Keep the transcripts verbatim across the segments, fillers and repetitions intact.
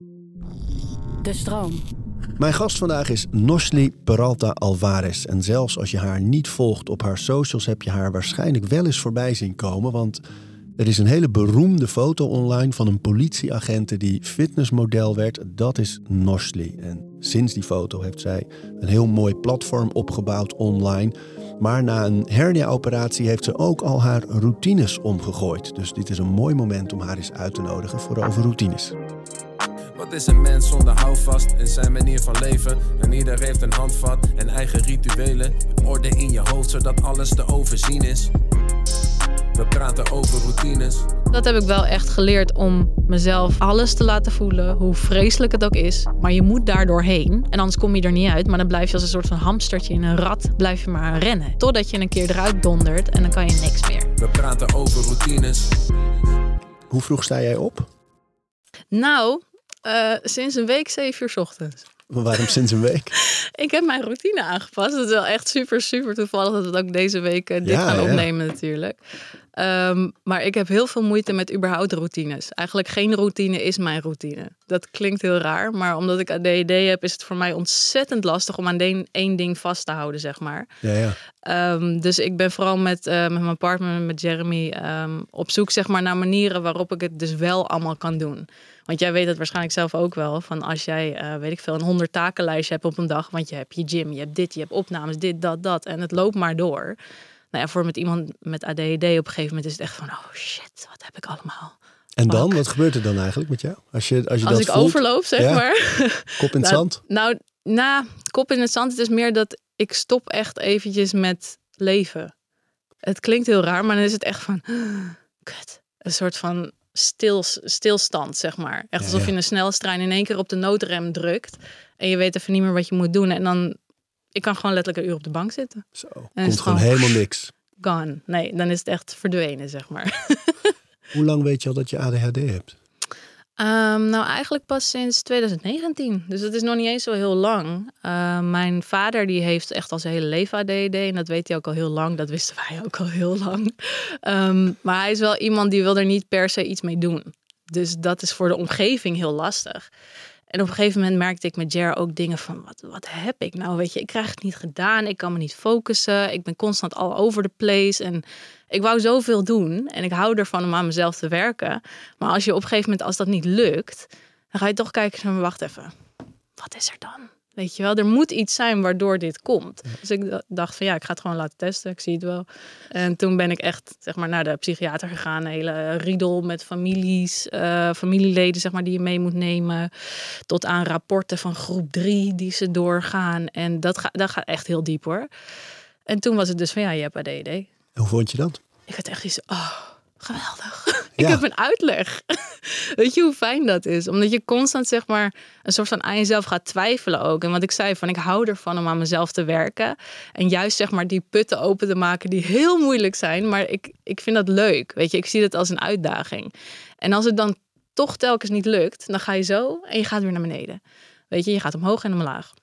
De stroom. Mijn gast vandaag is Nosli Peralta Alvarez. En zelfs als je haar niet volgt op haar socials, heb je haar waarschijnlijk wel eens voorbij zien komen. Want er is een hele beroemde foto online van een politieagent die fitnessmodel werd. Dat is Nosli. En sinds die foto heeft zij een heel mooi platform opgebouwd online. Maar na een hernia-operatie heeft ze ook al haar routines omgegooid. Dus dit is een mooi moment om haar eens uit te nodigen voor over routines. Wat is een mens zonder houvast in zijn manier van leven? En ieder heeft een handvat en eigen rituelen. Orde in je hoofd zodat alles te overzien is. We praten over routines. Dat heb ik wel echt geleerd om mezelf alles te laten voelen, hoe vreselijk het ook is. Maar je moet daar doorheen en anders kom je er niet uit. Maar dan blijf je als een soort van hamstertje in een rat, blijf je maar rennen. Totdat je een keer eruit dondert en dan kan je niks meer. We praten over routines. Hoe vroeg sta jij op? Nou, uh, sinds een week zeven uur 's ochtends. Waarom sinds een week? Ik heb mijn routine aangepast. Het is wel echt super, super toevallig dat we het ook deze week uh, dit Ja, gaan ja. opnemen natuurlijk. Um, maar ik heb heel veel moeite met überhaupt routines. Eigenlijk geen routine is mijn routine. Dat klinkt heel raar, maar omdat ik A D H D heb, is het voor mij ontzettend lastig om aan de- één ding vast te houden, zeg maar. Ja, ja. Um, dus ik ben vooral met, uh, met mijn partner, met Jeremy, um, op zoek zeg maar, naar manieren waarop ik het dus wel allemaal kan doen. Want jij weet het waarschijnlijk zelf ook wel. Van als jij, uh, weet ik veel, een honderd takenlijstje hebt op een dag. Want je hebt je gym, je hebt dit, je hebt opnames, dit, dat, dat. En het loopt maar door. Nou ja, voor met iemand met A D H D op een gegeven moment is het echt van... Oh shit, wat heb ik allemaal? En dan? Fuck. Wat gebeurt er dan eigenlijk met jou? Als je, als je Als dat ik voelt, overloop, zeg Ja. maar. kop in het Nou, zand? Nou, na kop in het zand. Het is meer dat ik stop echt eventjes met leven. Het klinkt heel raar, maar dan is het echt van... Kut. Een soort van stil, stilstand, zeg maar. Echt alsof Ja, ja. je een snelheidstrein in één keer op de noodrem drukt. En je weet even niet meer wat je moet doen. En dan... Ik kan gewoon letterlijk een uur op de bank zitten. Zo, is komt het gewoon gewoon- helemaal niks. Gone. Nee, dan is het echt verdwenen, zeg maar. Hoe lang weet je al dat je A D H D hebt? Um, nou, eigenlijk pas sinds twintig negentien. Dus dat is nog niet eens zo heel lang. Uh, mijn vader die heeft echt al zijn hele leven A D H D. En dat weet hij ook al heel lang. Dat wisten wij ook al heel lang. Um, maar hij is wel iemand die wil er niet per se iets mee doen. Dus dat is voor de omgeving heel lastig. En op een gegeven moment merkte ik met Jer ook dingen van... Wat, wat heb ik nou? Weet je, ik krijg het niet gedaan. Ik kan me niet focussen. Ik ben constant all over the place. En ik wou zoveel doen. En ik hou ervan om aan mezelf te werken. Maar als je op een gegeven moment, als dat niet lukt... dan ga je toch kijken van, wacht even. Wat is er dan? Weet je wel, er moet iets zijn waardoor dit komt. Dus ik dacht van ja, ik ga het gewoon laten testen. Ik zie het wel. En toen ben ik echt zeg maar, naar de psychiater gegaan. Een hele riedel met families, uh, familieleden zeg maar, die je mee moet nemen. Tot aan rapporten van groep drie die ze doorgaan. En dat, ga, dat gaat echt heel diep hoor. En toen was het dus van ja, je hebt A D H D. En hoe vond je dat? Ik had echt iets, oh, geweldig. Ja. Ik heb een uitleg. Weet je hoe fijn dat is? Omdat je constant zeg maar een soort van aan jezelf gaat twijfelen ook. En wat ik zei, van ik hou ervan om aan mezelf te werken. En juist zeg maar die putten open te maken die heel moeilijk zijn. Maar ik, ik vind dat leuk. Weet je, ik zie dat als een uitdaging. En als het dan toch telkens niet lukt, dan ga je zo en je gaat weer naar beneden. Weet je, je gaat omhoog en omlaag.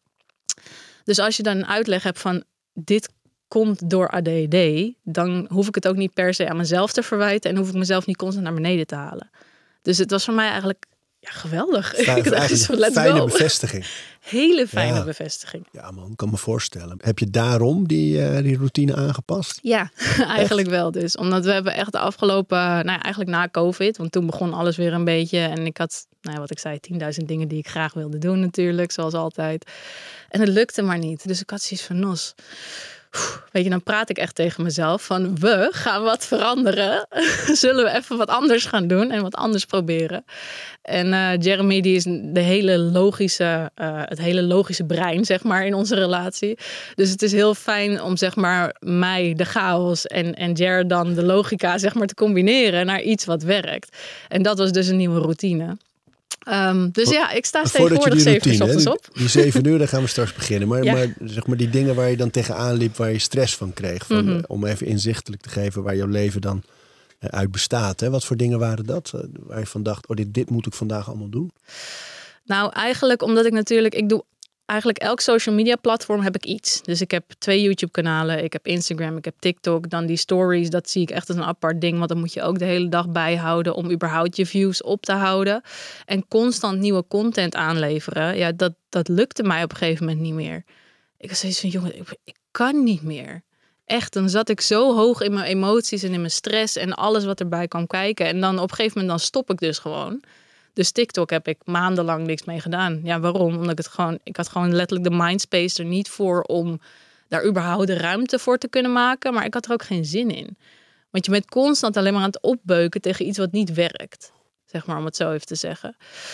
Dus als je dan een uitleg hebt van dit komt door A D H D, dan hoef ik het ook niet per se aan mezelf te verwijten en hoef ik mezelf niet constant naar beneden te halen. Dus het was voor mij eigenlijk ja, geweldig. Fijn, Ik dacht echt eigenlijk zo, een let's fijne go. bevestiging. Hele fijne Ja. bevestiging. Ja man, ik kan me voorstellen. Heb je daarom die, uh, die routine aangepast? Ja, eigenlijk wel dus. Omdat we hebben echt de afgelopen, nou ja, eigenlijk na COVID, want toen begon alles weer een beetje. En ik had, nou ja, wat ik zei, tienduizend dingen die ik graag wilde doen natuurlijk, zoals altijd. En het lukte maar niet. Dus ik had zoiets van, Nos, weet je, dan praat ik echt tegen mezelf van we gaan wat veranderen. Zullen we even wat anders gaan doen en wat anders proberen. En uh, Jeremy die is de hele logische, uh, het hele logische brein zeg maar in onze relatie. Dus het is heel fijn om zeg maar mij de chaos en, en Jer dan de logica zeg maar te combineren naar iets wat werkt. En dat was dus een nieuwe routine. Um, dus ja, ik sta tegenwoordig zeven uur 's ochtends op. Die zeven uur, daar gaan we straks beginnen. Maar, Ja. maar zeg maar die dingen waar je dan tegenaan liep, waar je stress van kreeg. Van, Mhm. uh, om even inzichtelijk te geven waar jouw leven dan uh, uit bestaat. Hè? Wat voor dingen waren dat? Uh, waar je van dacht, oh dit, dit moet ik vandaag allemaal doen? Nou, eigenlijk omdat ik natuurlijk, ik doe eigenlijk elk social media platform heb ik iets. Dus ik heb twee YouTube kanalen, ik heb Instagram, ik heb TikTok. Dan die stories, dat zie ik echt als een apart ding. Want dan moet je ook de hele dag bijhouden om überhaupt je views op te houden. En constant nieuwe content aanleveren. Ja, dat, dat lukte mij op een gegeven moment niet meer. Ik was zoiets van, jongen, ik, ik kan niet meer. Echt, dan zat ik zo hoog in mijn emoties en in mijn stress en alles wat erbij kwam kijken. En dan op een gegeven moment dan stop ik dus gewoon. Dus TikTok heb ik maandenlang niks mee gedaan. Ja, waarom? Omdat ik het gewoon, ik had gewoon letterlijk de mindspace er niet voor om daar überhaupt de ruimte voor te kunnen maken. Maar ik had er ook geen zin in. Want je bent constant alleen maar aan het opbeuken tegen iets wat niet werkt. Zeg maar, om het zo even te zeggen.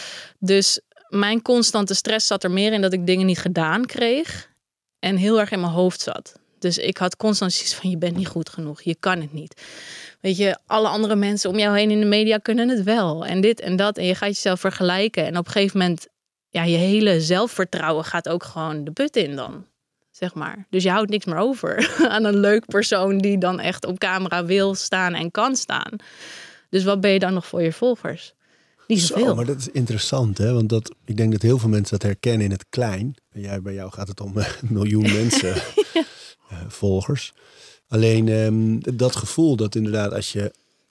Dus mijn constante stress zat er meer in dat ik dingen niet gedaan kreeg. En heel erg in mijn hoofd zat. Dus ik had constant zoiets van, je bent niet goed genoeg. Je kan het niet. Weet je, alle andere mensen om jou heen in de media kunnen het wel. En dit en dat. En je gaat jezelf vergelijken. En op een gegeven moment, ja, je hele zelfvertrouwen gaat ook gewoon de put in dan. Zeg maar. Dus je houdt niks meer over aan een leuk persoon die dan echt op camera wil staan en kan staan. Dus wat ben je dan nog voor je volgers? Niet zoveel. Zo, maar dat is interessant, hè? Want dat, ik denk dat heel veel mensen dat herkennen in het klein. Jij, bij jou gaat het om een miljoen mensen, ja. uh, volgers. Alleen um, dat gevoel dat inderdaad als je,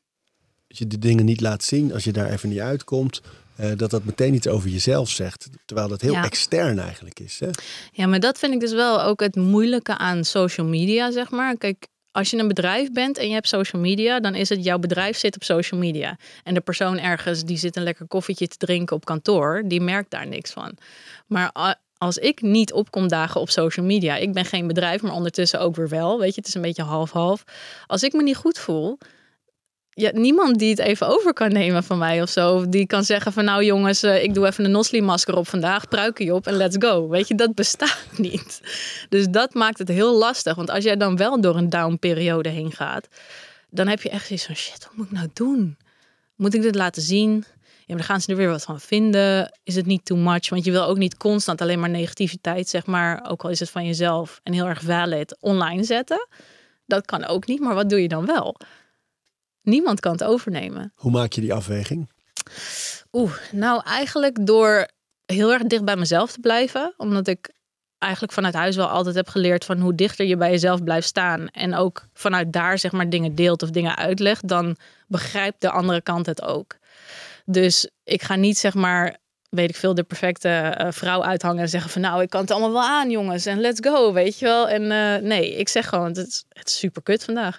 als je de dingen niet laat zien, als je daar even niet uitkomt, uh, dat dat meteen iets over jezelf zegt. Terwijl dat heel ja. extern eigenlijk is. Hè? Ja, maar dat vind ik dus wel ook het moeilijke aan social media, zeg maar. Kijk, als je een bedrijf bent en je hebt social media, dan is het jouw bedrijf zit op social media. En de persoon ergens die zit een lekker koffietje te drinken op kantoor, die merkt daar niks van. Maar als ik niet opkom dagen op social media, ik ben geen bedrijf, maar ondertussen ook weer wel. Weet je, het is een beetje half-half. Als ik me niet goed voel, ja, niemand die het even over kan nemen van mij of zo. Of die kan zeggen van, nou jongens, ik doe even een Nosli-masker op vandaag, pruikje op en let's go. Weet je, dat bestaat niet. Dus dat maakt het heel lastig. Want als jij dan wel door een down-periode heen gaat, dan heb je echt zoiets van, shit, wat moet ik nou doen? Moet ik dit laten zien? Ja, maar dan gaan ze er weer wat van vinden. Is het niet too much? Want je wil ook niet constant alleen maar negativiteit, zeg maar, ook al is het van jezelf en heel erg valid, online zetten. Dat kan ook niet, maar wat doe je dan wel? Niemand kan het overnemen. Hoe maak je die afweging? Oeh, nou eigenlijk door heel erg dicht bij mezelf te blijven. Omdat ik eigenlijk vanuit huis wel altijd heb geleerd van hoe dichter je bij jezelf blijft staan. En ook vanuit daar zeg maar dingen deelt of dingen uitlegt. Dan begrijpt de andere kant het ook. Dus ik ga niet zeg maar, weet ik veel, de perfecte uh, vrouw uithangen en zeggen van nou, ik kan het allemaal wel aan jongens. En let's go, weet je wel. En uh, nee, ik zeg gewoon, het is, het is super kut vandaag.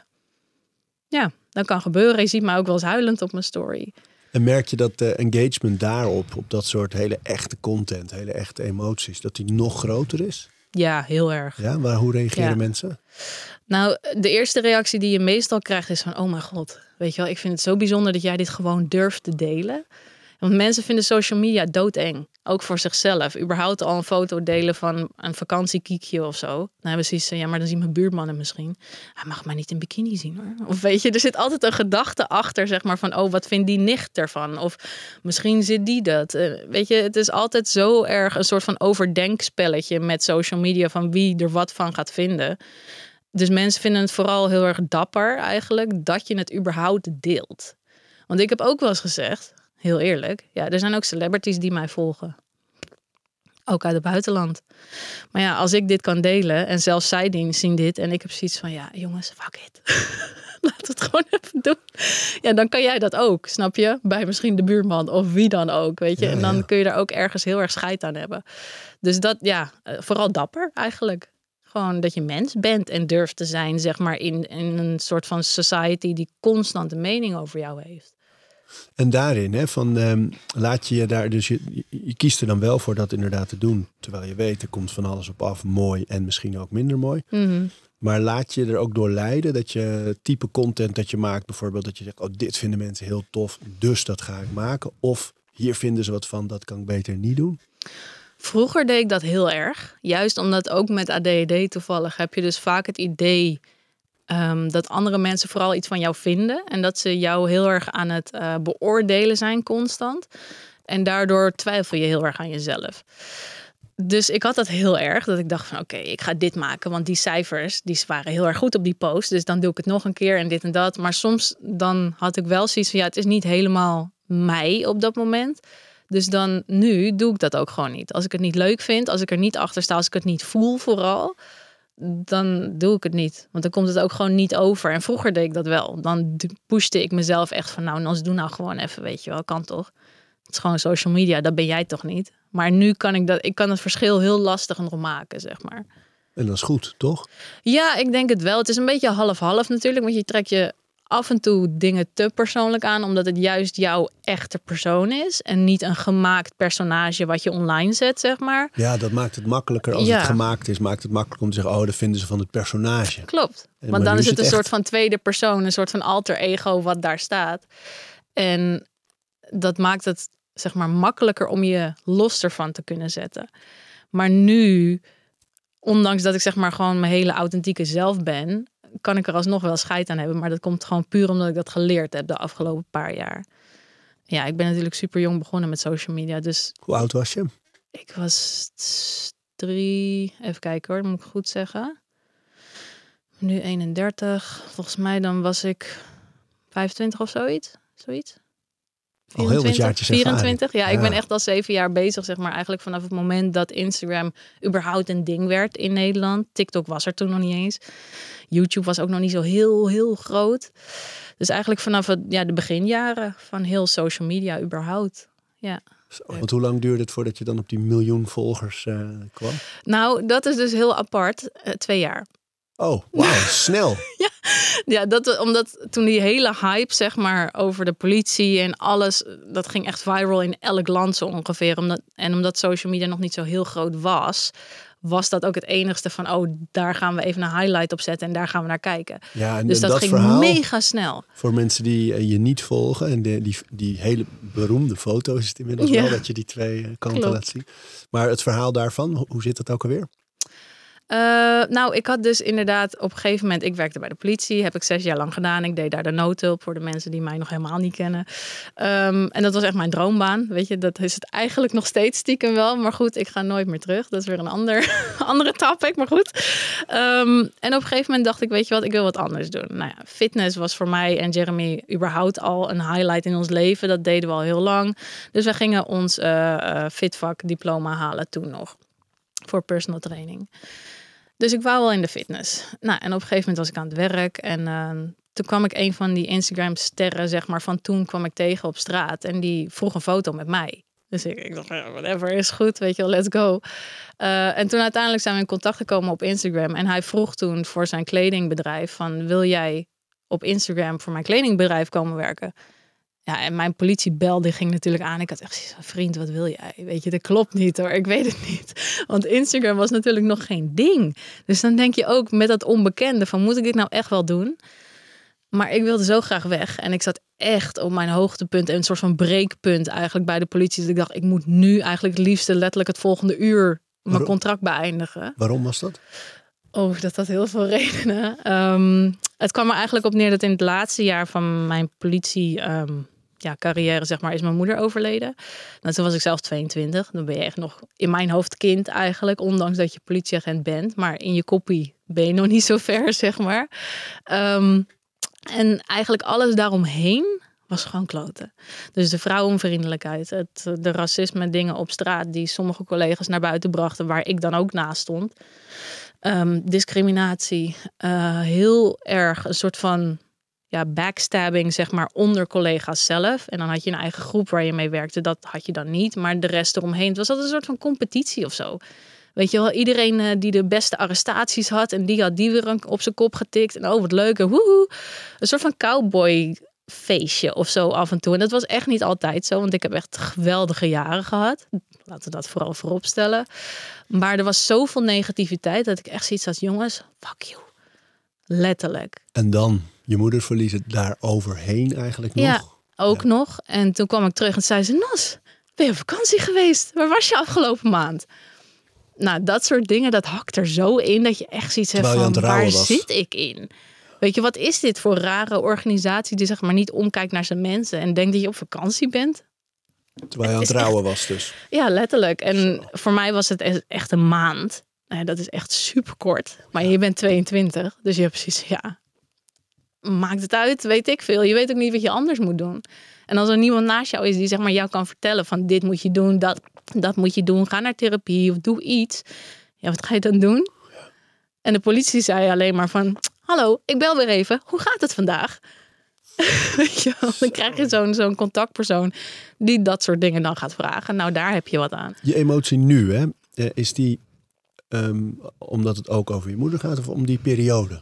Ja, dat kan gebeuren. Je ziet mij ook wel eens huilend op mijn story. En merk je dat de engagement daarop, op dat soort hele echte content, hele echte emoties, dat die nog groter is? Ja, heel erg. Ja, maar hoe reageren ja. mensen? Nou, de eerste reactie die je meestal krijgt is van, oh mijn god, weet je wel, ik vind het zo bijzonder dat jij dit gewoon durft te delen. Want mensen vinden social media doodeng. Ook voor zichzelf. Überhaupt al een foto delen van een vakantiekiekje of zo. Dan hebben ze iets van, ja, maar dan zien mijn buurmannen misschien. Hij mag mij niet in bikini zien hoor. Of weet je, er zit altijd een gedachte achter, zeg maar, van, oh, wat vindt die nicht ervan? Of misschien zit die dat. Weet je, het is altijd zo erg een soort van overdenkspelletje met social media van wie er wat van gaat vinden. Dus mensen vinden het vooral heel erg dapper eigenlijk dat je het überhaupt deelt. Want ik heb ook wel eens gezegd, heel eerlijk, ja, er zijn ook celebrities die mij volgen. Ook uit het buitenland. Maar ja, als ik dit kan delen en zelfs zij zien dit en ik heb zoiets van, ja, jongens, fuck it. Laat het gewoon even doen. Ja, dan kan jij dat ook, snap je? Bij misschien de buurman of wie dan ook, weet je. Ja, en dan ja. kun je daar ook ergens heel erg scheid aan hebben. Dus dat, ja, vooral dapper eigenlijk. Gewoon dat je mens bent en durft te zijn, zeg maar, in, in een soort van society die constant een mening over jou heeft. En daarin, hè, van um, laat je je daar, dus je, je kiest er dan wel voor dat inderdaad te doen. Terwijl je weet, er komt van alles op af, mooi en misschien ook minder mooi. Mm-hmm. Maar laat je er ook door leiden dat je type content dat je maakt, bijvoorbeeld dat je zegt, oh, dit vinden mensen heel tof, dus dat ga ik maken. Of hier vinden ze wat van, dat kan ik beter niet doen. Vroeger deed ik dat heel erg. Juist omdat ook met A D H D toevallig heb je dus vaak het idee Um, dat andere mensen vooral iets van jou vinden. En dat ze jou heel erg aan het uh, beoordelen zijn constant. En daardoor twijfel je heel erg aan jezelf. Dus ik had dat heel erg. Dat ik dacht van oké, okay, ik ga dit maken. Want die cijfers die waren heel erg goed op die post. Dus dan doe ik het nog een keer en dit en dat. Maar soms dan had ik wel zoiets van ja, het is niet helemaal mij op dat moment. Dus dan nu doe ik dat ook gewoon niet. Als ik het niet leuk vind, als ik er niet achter sta, als ik het niet voel vooral, dan doe ik het niet. Want dan komt het ook gewoon niet over. En vroeger deed ik dat wel. Dan pushte ik mezelf echt van, nou, Nos, doe nou gewoon even, weet je wel, kan toch? Het is gewoon social media, dat ben jij toch niet? Maar nu kan ik dat, ik kan het verschil heel lastig nog maken, zeg maar. En dat is goed, toch? Ja, ik denk het wel. Het is een beetje half-half natuurlijk, want je trekt je af en toe dingen te persoonlijk aan, omdat het juist jouw echte persoon is en niet een gemaakt personage wat je online zet, zeg maar. Ja, dat maakt het makkelijker. Als ja. het gemaakt is, maakt het makkelijker om te zeggen, oh, dat vinden ze van het personage. Klopt. En, Want dan is het, het een echt... soort van tweede persoon, een soort van alter ego wat daar staat. En dat maakt het, zeg maar, makkelijker om je los ervan te kunnen zetten. Maar nu, ondanks dat ik zeg maar gewoon mijn hele authentieke zelf ben, kan ik er alsnog wel scheid aan hebben. Maar dat komt gewoon puur omdat ik dat geleerd heb de afgelopen paar jaar. Ja, ik ben natuurlijk super jong begonnen met social media. Dus hoe oud was je? Ik was drie... Even kijken hoor, dat moet ik goed zeggen. Nu eenendertig. Volgens mij dan was ik vijfentwintig of zoiets. Zoiets. Al heel wat jaartjes vierentwintig. Ja, ja, ik ben echt al zeven jaar bezig, zeg maar. Eigenlijk vanaf het moment dat Instagram überhaupt een ding werd in Nederland. TikTok was er toen nog niet eens. YouTube was ook nog niet zo heel, heel groot. Dus eigenlijk vanaf het, ja, de beginjaren van heel social media überhaupt. Ja. Zo, want hoe lang duurde het voordat je dan op die miljoen volgers uh, kwam? Nou, dat is dus heel apart. Uh, twee jaar. Oh, wauw, snel. ja, ja dat, omdat toen die hele hype, zeg maar, over de politie en alles, dat ging echt viral in elk land zo ongeveer. Omdat, en omdat social media nog niet zo heel groot was, was dat ook het enigste van, oh, daar gaan we even een highlight op zetten en daar gaan we naar kijken. Ja, en dus dat, dat ging verhaal, mega snel. Voor mensen die uh, je niet volgen en de, die, die hele beroemde foto is het inmiddels ja. wel dat je die twee uh, kanten Klopt. laat zien. Maar het verhaal daarvan, hoe zit dat ook alweer? Uh, nou, ik had dus inderdaad op een gegeven moment, ik werkte bij de politie, heb ik zes jaar lang gedaan. Ik deed daar de noodhulp voor de mensen die mij nog helemaal niet kennen. Um, en dat was echt mijn droombaan. Weet je, dat is het eigenlijk nog steeds stiekem wel. Maar goed, ik ga nooit meer terug. Dat is weer een ander, andere topic, maar goed. Um, en op een gegeven moment dacht ik, weet je wat, ik wil wat anders doen. Nou ja, fitness was voor mij en Jeremy überhaupt al een highlight in ons leven. Dat deden we al heel lang. Dus we gingen ons uh, uh, fitvak diploma halen toen nog. Voor personal training. Dus ik wou wel in de fitness. Nou, en op een gegeven moment was ik aan het werk. En uh, toen kwam ik een van die Instagram sterren, zeg maar, van toen kwam ik tegen op straat. En die vroeg een foto met mij. Dus ik, ik dacht, ja, whatever, is goed, weet je wel, let's go. Uh, en toen uiteindelijk zijn we in contact gekomen op Instagram. En hij vroeg toen voor zijn kledingbedrijf van, wil jij op Instagram voor mijn kledingbedrijf komen werken? Ja, en mijn politiebel die ging natuurlijk aan. Ik had echt zoiets, vriend, wat wil jij? Weet je, dat klopt niet hoor, ik weet het niet. Want Instagram was natuurlijk nog geen ding. Dus dan denk je ook met dat onbekende van, moet ik dit nou echt wel doen? Maar ik wilde zo graag weg. En ik zat echt op mijn hoogtepunt en een soort van breekpunt eigenlijk bij de politie. Dus ik dacht, ik moet nu eigenlijk het liefste letterlijk het volgende uur mijn Waarom? contract beëindigen. Waarom was dat? Oh, dat had heel veel redenen. Um, het kwam er eigenlijk op neer dat in het laatste jaar van mijn politie... Um, Ja, carrière, zeg maar, is mijn moeder overleden. Nou, toen was ik zelf tweeëntwintig. Dan ben je echt nog in mijn hoofd kind eigenlijk. Ondanks dat je politieagent bent. Maar in je koppie ben je nog niet zo ver, zeg maar. Um, en eigenlijk alles daaromheen was gewoon kloten. Dus de vrouwenvriendelijkheid. Het, de racisme dingen op straat die sommige collega's naar buiten brachten. Waar ik dan ook naast stond. Um, discriminatie. Uh, heel erg een soort van... Ja, backstabbing, zeg maar, onder collega's zelf. En dan had je een eigen groep waar je mee werkte. Dat had je dan niet. Maar de rest eromheen, het was altijd een soort van competitie of zo. Weet je wel, iedereen uh, die de beste arrestaties had... en die had die weer op zijn kop getikt. En oh, wat leuk. Woehoe. Een soort van cowboy feestje of zo af en toe. En dat was echt niet altijd zo. Want ik heb echt geweldige jaren gehad. Laten we dat vooral voorop stellen. Maar er was zoveel negativiteit... dat ik echt zoiets had, jongens, fuck you. Letterlijk. En dan je moeder verliezen daar overheen eigenlijk nog? Ja, ook ja. nog. En toen kwam ik terug en zei ze... Nos, ben je op vakantie geweest? Waar was je afgelopen maand? Nou, dat soort dingen, dat hakt er zo in... dat je echt zoiets hebt van, waar was. zit ik in? Weet je, wat is dit voor rare organisatie... die zeg maar niet omkijkt naar zijn mensen... en denkt dat je op vakantie bent? Terwijl je aan het rouwen was dus. Ja, letterlijk. En zo. Voor mij was het echt een maand... Nou, dat is echt super kort. Maar ja. Je bent tweeëntwintig. Dus je hebt precies, ja... Maakt het uit, weet ik veel. Je weet ook niet wat je anders moet doen. En als er niemand naast jou is die zeg maar jou kan vertellen van dit moet je doen, dat, dat moet je doen, ga naar therapie of doe iets. Ja, wat ga je dan doen? Ja. En de politie zei alleen maar van, hallo, ik bel weer even. Hoe gaat het vandaag? Weet je wel, dan krijg je zo'n, zo'n contactpersoon die dat soort dingen dan gaat vragen. Nou, daar heb je wat aan. Je emotie nu, hè? Is die um, omdat het ook over je moeder gaat of om die periode?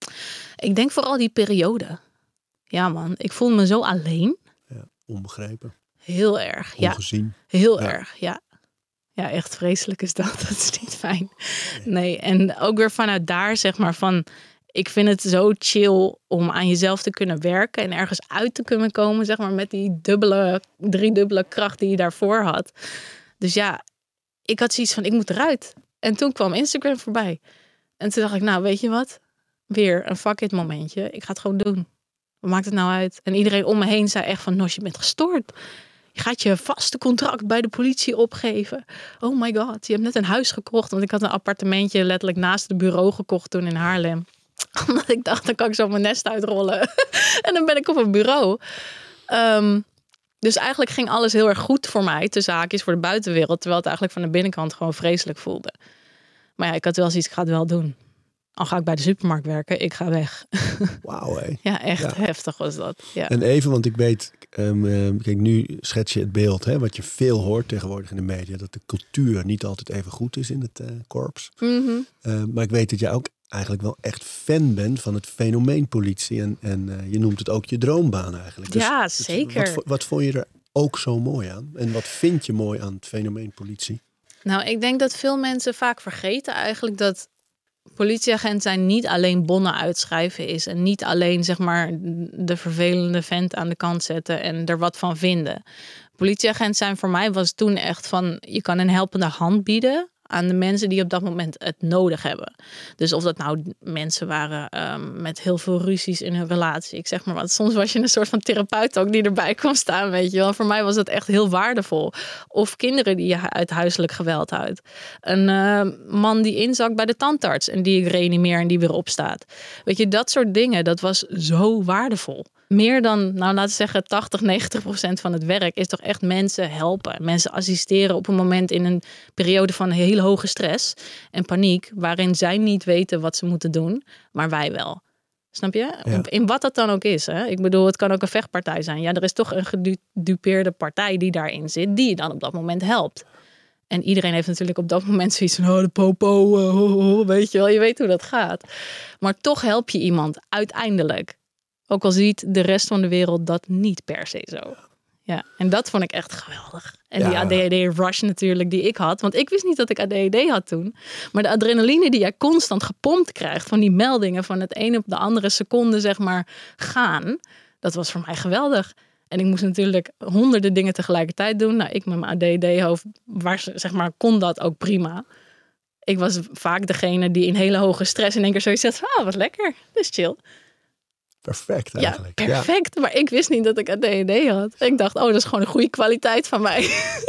Ik denk vooral die periode. Ja man, ik voel me zo alleen. Ja, onbegrepen. Heel erg, Ongezien. ja. Heel ja. erg, ja. Ja, echt vreselijk is dat. Dat is niet fijn. Nee, en ook weer vanuit daar zeg maar van... Ik vind het zo chill om aan jezelf te kunnen werken... en ergens uit te kunnen komen, zeg maar... met die dubbele, driedubbele kracht die je daarvoor had. Dus ja, ik had zoiets van, ik moet eruit. En toen kwam Instagram voorbij. En toen dacht ik, nou, weet je wat? Weer een fuck it momentje. Ik ga het gewoon doen. Wat maakt het nou uit? En iedereen om me heen zei echt van, Nos, je bent gestoord. Je gaat je vaste contract bij de politie opgeven. Oh my god, je hebt net een huis gekocht. Want ik had een appartementje letterlijk naast het bureau gekocht toen in Haarlem. Omdat ik dacht, dan kan ik zo mijn nest uitrollen. En dan ben ik op een bureau. Um, dus eigenlijk ging alles heel erg goed voor mij. Tussen haakjes voor de buitenwereld. Terwijl het eigenlijk van de binnenkant gewoon vreselijk voelde. Maar ja, ik had wel zoiets, ik ga het wel doen. Al ga ik bij de supermarkt werken, ik ga weg. Wauw, hé. Ja, echt ja. heftig was dat. Ja. En even, want ik weet, um, kijk, nu schets je het beeld, hè, wat je veel hoort tegenwoordig in de media, dat de cultuur niet altijd even goed is in het uh, korps. Mm-hmm. Uh, maar ik weet dat jij ook eigenlijk wel echt fan bent van het fenomeen politie. En, en uh, je noemt het ook je droombaan eigenlijk. Dus, ja, zeker. Dus wat, wat vond je er ook zo mooi aan? En wat vind je mooi aan het fenomeen politie? Nou, ik denk dat veel mensen vaak vergeten eigenlijk dat politieagent zijn niet alleen bonnen uitschrijven is. En niet alleen zeg maar de vervelende vent aan de kant zetten en er wat van vinden. Politieagent zijn voor mij was toen echt van, je kan een helpende hand bieden aan de mensen die op dat moment het nodig hebben. Dus of dat nou mensen waren um, met heel veel ruzies in hun relatie. Ik zeg maar wat. Soms was je een soort van therapeut ook die erbij kwam staan, weet je wel. Voor mij was dat echt heel waardevol. Of kinderen die je uit huiselijk geweld houdt. Een uh, man die inzakt bij de tandarts en die ik reanimeer en die weer opstaat. Weet je, dat soort dingen, dat was zo waardevol. Meer dan, nou laten we zeggen, tachtig, negentig procent van het werk is toch echt mensen helpen. Mensen assisteren op een moment in een periode van hele hoge stress en paniek, waarin zij niet weten wat ze moeten doen, maar wij wel. Snap je? Ja. In wat dat dan ook is. Hè? Ik bedoel, het kan ook een vechtpartij zijn. Ja, er is toch een gedupeerde partij die daarin zit, die je dan op dat moment helpt. En iedereen heeft natuurlijk op dat moment zoiets van, oh, de popo, oh, oh, oh, weet je wel, je weet hoe dat gaat. Maar toch help je iemand uiteindelijk. Ook al ziet de rest van de wereld dat niet per se zo. Ja, en dat vond ik echt geweldig. En ja. Die A D H D-rush natuurlijk die ik had. Want ik wist niet dat ik A D H D had toen. Maar de adrenaline die jij constant gepompt krijgt van die meldingen van het ene op de andere seconde zeg maar gaan. Dat was voor mij geweldig. En ik moest natuurlijk honderden dingen tegelijkertijd doen. Nou, ik met mijn A D H D-hoofd, waar, zeg maar, kon dat ook prima. Ik was vaak degene die in hele hoge stress in één keer zoiets zegt, ah, wat lekker, dat is chill. Perfect eigenlijk. Ja, perfect. Ja. Maar ik wist niet dat ik A D H D had. Ik dacht, oh, dat is gewoon een goede kwaliteit van mij.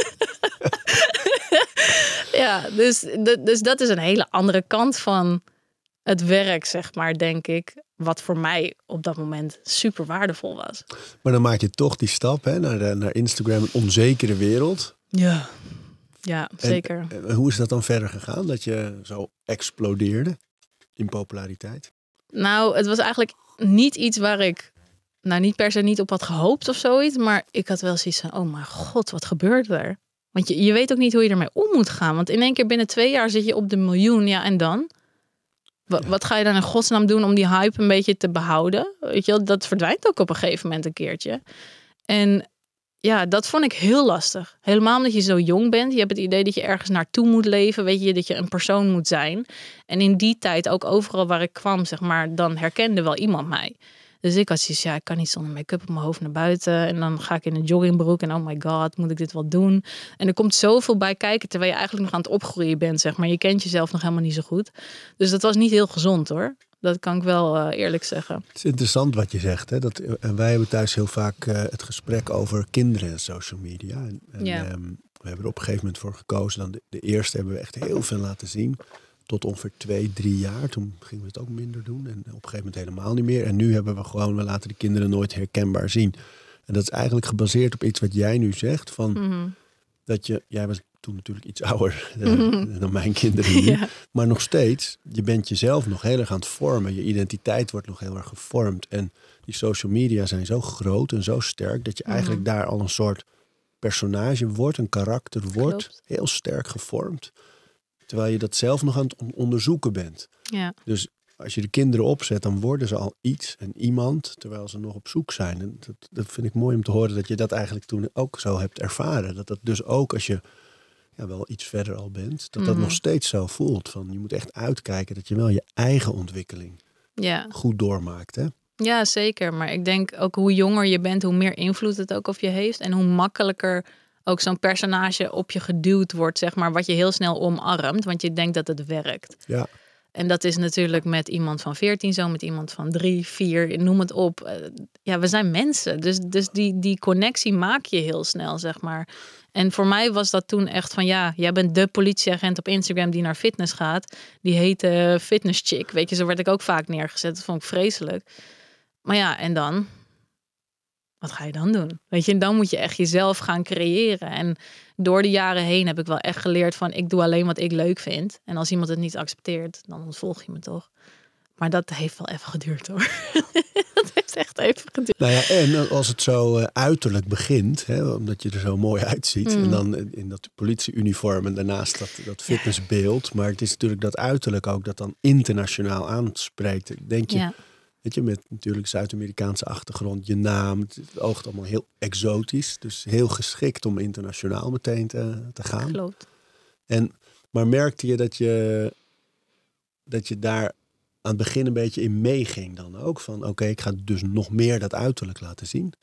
Ja, dus, dus dat is een hele andere kant van het werk, zeg maar, denk ik. Wat voor mij op dat moment super waardevol was. Maar dan maak je toch die stap hè, naar, de, naar Instagram, een onzekere wereld. Ja, ja zeker. En, en hoe is dat dan verder gegaan? Dat je zo explodeerde in populariteit? Nou, het was eigenlijk niet iets waar ik, nou niet per se niet op had gehoopt of zoiets. Maar ik had wel zoiets van, oh mijn god, wat gebeurt er? Want je, je weet ook niet hoe je ermee om moet gaan. Want in één keer binnen twee jaar zit je op de miljoen. Ja, en dan? Wat, ja. wat ga je dan in godsnaam doen om die hype een beetje te behouden? Weet je wel, dat verdwijnt ook op een gegeven moment een keertje. En ja, dat vond ik heel lastig. Helemaal omdat je zo jong bent. Je hebt het idee dat je ergens naartoe moet leven. Weet je, dat je een persoon moet zijn. En in die tijd, ook overal waar ik kwam, zeg maar, dan herkende wel iemand mij. Dus ik had zoiets, ja, ik kan niet zonder make-up op mijn hoofd naar buiten. En dan ga ik in een joggingbroek en oh my god, moet ik dit wel doen? En er komt zoveel bij kijken, terwijl je eigenlijk nog aan het opgroeien bent, zeg maar. Je kent jezelf nog helemaal niet zo goed. Dus dat was niet heel gezond, hoor. Dat kan ik wel uh, eerlijk zeggen. Het is interessant wat je zegt. Hè? Dat, en wij hebben thuis heel vaak uh, het gesprek over kinderen en social media. En, en ja. um, we hebben er op een gegeven moment voor gekozen. Dan de, de eerste hebben we echt heel veel laten zien. Tot ongeveer twee, drie jaar. Toen gingen we het ook minder doen. En op een gegeven moment helemaal niet meer. En nu hebben we gewoon, we laten de kinderen nooit herkenbaar zien. En dat is eigenlijk gebaseerd op iets wat jij nu zegt. Van Mm-hmm. dat je, jij was toen natuurlijk iets ouder mm-hmm. dan mijn kinderen nu. Ja. Maar nog steeds, je bent jezelf nog heel erg aan het vormen. Je identiteit wordt nog heel erg gevormd. En die social media zijn zo groot en zo sterk dat je Mm-hmm. eigenlijk daar al een soort personage wordt, een karakter wordt, Klopt. heel sterk gevormd. Terwijl je dat zelf nog aan het onderzoeken bent. Ja. Dus als je de kinderen opzet, dan worden ze al iets en iemand, terwijl ze nog op zoek zijn. En dat, dat vind ik mooi om te horen dat je dat eigenlijk toen ook zo hebt ervaren. Dat dat dus ook als je ja, wel iets verder al bent, dat dat Mm-hmm. nog steeds zo voelt. Van, je moet echt uitkijken dat je wel je eigen ontwikkeling Ja. goed doormaakt. Hè? Ja, zeker. Maar ik denk ook hoe jonger je bent, hoe meer invloed het ook op je heeft. En hoe makkelijker ook zo'n personage op je geduwd wordt, zeg maar, wat je heel snel omarmt. Want je denkt dat het werkt. Ja. En dat is natuurlijk met iemand van veertien zo, met iemand van drie, vier, noem het op. Ja, we zijn mensen. Dus, dus die, die connectie maak je heel snel, zeg maar. En voor mij was dat toen echt van, ja, jij bent de politieagent op Instagram die naar fitness gaat. Die heette Fitness Chick. Weet je, zo werd ik ook vaak neergezet. Dat vond ik vreselijk. Maar ja, en dan? Wat ga je dan doen? Weet je, dan moet je echt jezelf gaan creëren. En door de jaren heen heb ik wel echt geleerd van, ik doe alleen wat ik leuk vind. En als iemand het niet accepteert, dan ontvolg je me toch. Maar dat heeft wel even geduurd hoor. Dat heeft echt even geduurd. Nou ja, en als het zo uh, uiterlijk begint, hè, omdat je er zo mooi uitziet. Mm. En dan in dat politieuniform en daarnaast dat, dat fitnessbeeld. Maar het is natuurlijk dat uiterlijk ook dat dan internationaal aanspreekt. Denk je, Ja. weet je, met natuurlijk Zuid-Amerikaanse achtergrond, je naam. Het, het oogt allemaal heel exotisch. Dus heel geschikt om internationaal meteen te, te gaan. Klopt. En, maar merkte je dat je, dat je daar aan het begin een beetje in meeging dan ook? Van oké, okay, ik ga dus nog meer dat uiterlijk laten zien.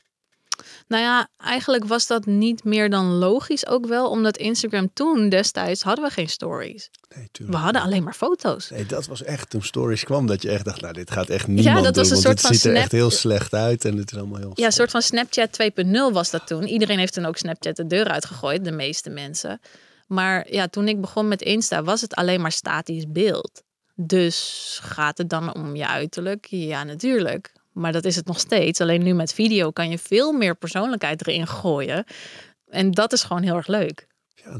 Nou ja, eigenlijk was dat niet meer dan logisch ook wel. Omdat Instagram toen destijds hadden we geen stories. Nee, tuurlijk. We hadden alleen maar foto's. Nee, dat was echt toen stories kwam dat je echt dacht, nou dit gaat echt niemand Ja, dat was doen, een want soort het van ziet er snap... echt heel slecht uit en het is allemaal heel Ja, een soort van Snapchat twee punt nul was dat toen. Iedereen heeft toen ook Snapchat de deur uitgegooid, de meeste mensen. Maar ja, toen ik begon met Insta was het alleen maar statisch beeld. Dus gaat het dan om je uiterlijk? Ja, natuurlijk. Maar dat is het nog steeds. Alleen nu met video kan je veel meer persoonlijkheid erin gooien. En dat is gewoon heel erg leuk. Ja.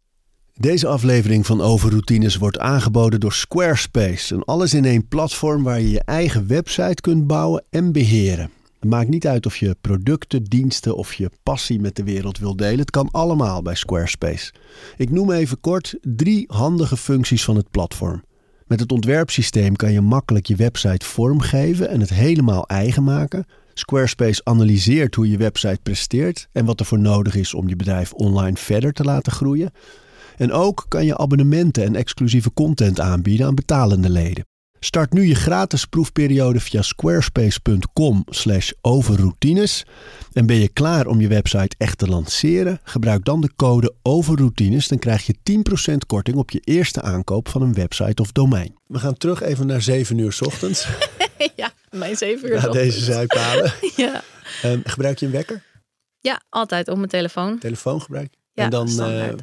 Deze aflevering van Overroutines wordt aangeboden door Squarespace. Een alles-in-één platform waar je je eigen website kunt bouwen en beheren. Het maakt niet uit of je producten, diensten of je passie met de wereld wil delen. Het kan allemaal bij Squarespace. Ik noem even kort drie handige functies van het platform. Met het ontwerpsysteem kan je makkelijk je website vormgeven en het helemaal eigen maken. Squarespace analyseert hoe je website presteert en wat er voor nodig is om je bedrijf online verder te laten groeien. En ook kan je abonnementen en exclusieve content aanbieden aan betalende leden. Start nu je gratis proefperiode via squarespace.com slash overroutines. En ben je klaar om je website echt te lanceren? Gebruik dan de code overroutines. Dan krijg je tien procent korting op je eerste aankoop van een website of domein. We gaan terug even naar zeven uur 's ochtends. Ja, mijn zeven uur. Na deze zijpaden. Ja. Um, gebruik je een wekker? Ja, altijd op mijn telefoon. Telefoon gebruik? Ja, en dan, standaard. Uh,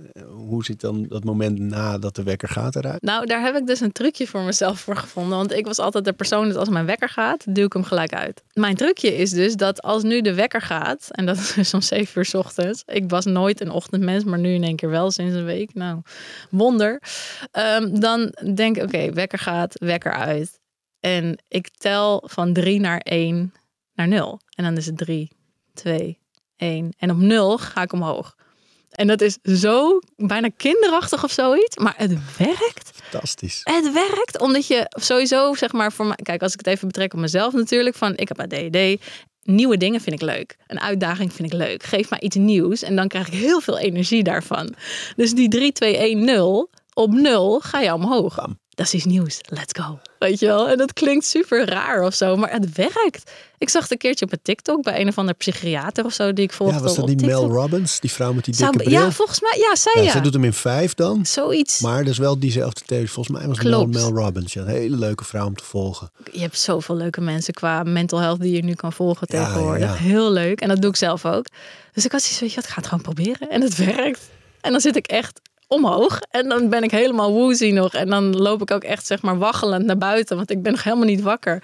hoe ziet dan dat moment nadat de wekker gaat eruit? Nou, daar heb ik dus een trucje voor mezelf voor gevonden. Want ik was altijd de persoon dat als mijn wekker gaat, duw ik hem gelijk uit. Mijn trucje is dus dat als nu de wekker gaat, en dat is dus om zeven uur 's ochtends. Ik was nooit een ochtendmens, maar nu in één keer wel sinds een week. Nou, wonder. Um, dan denk ik, oké, okay, wekker gaat, wekker uit. En ik tel van drie naar één naar nul. En dan is het drie, twee, één. En op nul ga ik omhoog. En dat is zo bijna kinderachtig of zoiets. Maar het werkt. Fantastisch. Het werkt omdat je sowieso, zeg maar, voor mij... Kijk, als ik het even betrek op mezelf natuurlijk. Van, ik heb A D H D. Nieuwe dingen vind ik leuk. Een uitdaging vind ik leuk. Geef mij iets nieuws. En dan krijg ik heel veel energie daarvan. Dus die drie, twee, één, nul. Op nul ga je omhoog. Bam. Dat is iets nieuws. Let's go. Weet je wel? En dat klinkt super raar of zo. Maar het werkt. Ik zag het een keertje op een TikTok bij een of andere psychiater of zo die ik volgde. Ja, was dat op die TikTok. Mel Robbins? Die vrouw met die dikke Zou, bril? ja, volgens mij. Ja, zij ja. ja. Zij doet hem in vijf dan. Zoiets. Maar dat is wel diezelfde theorie. Volgens mij was Mel, Mel Robbins. Ja, een hele leuke vrouw om te volgen. Je hebt zoveel leuke mensen qua mental health die je nu kan volgen Ja, tegenwoordig. ja, ja. Heel leuk. En dat doe ik zelf ook. Dus ik had zoiets van, ik ga het gewoon proberen. En het werkt. En dan zit ik echt omhoog. En dan ben ik helemaal woozy nog. En dan loop ik ook echt, zeg maar, waggelend naar buiten. Want ik ben nog helemaal niet wakker.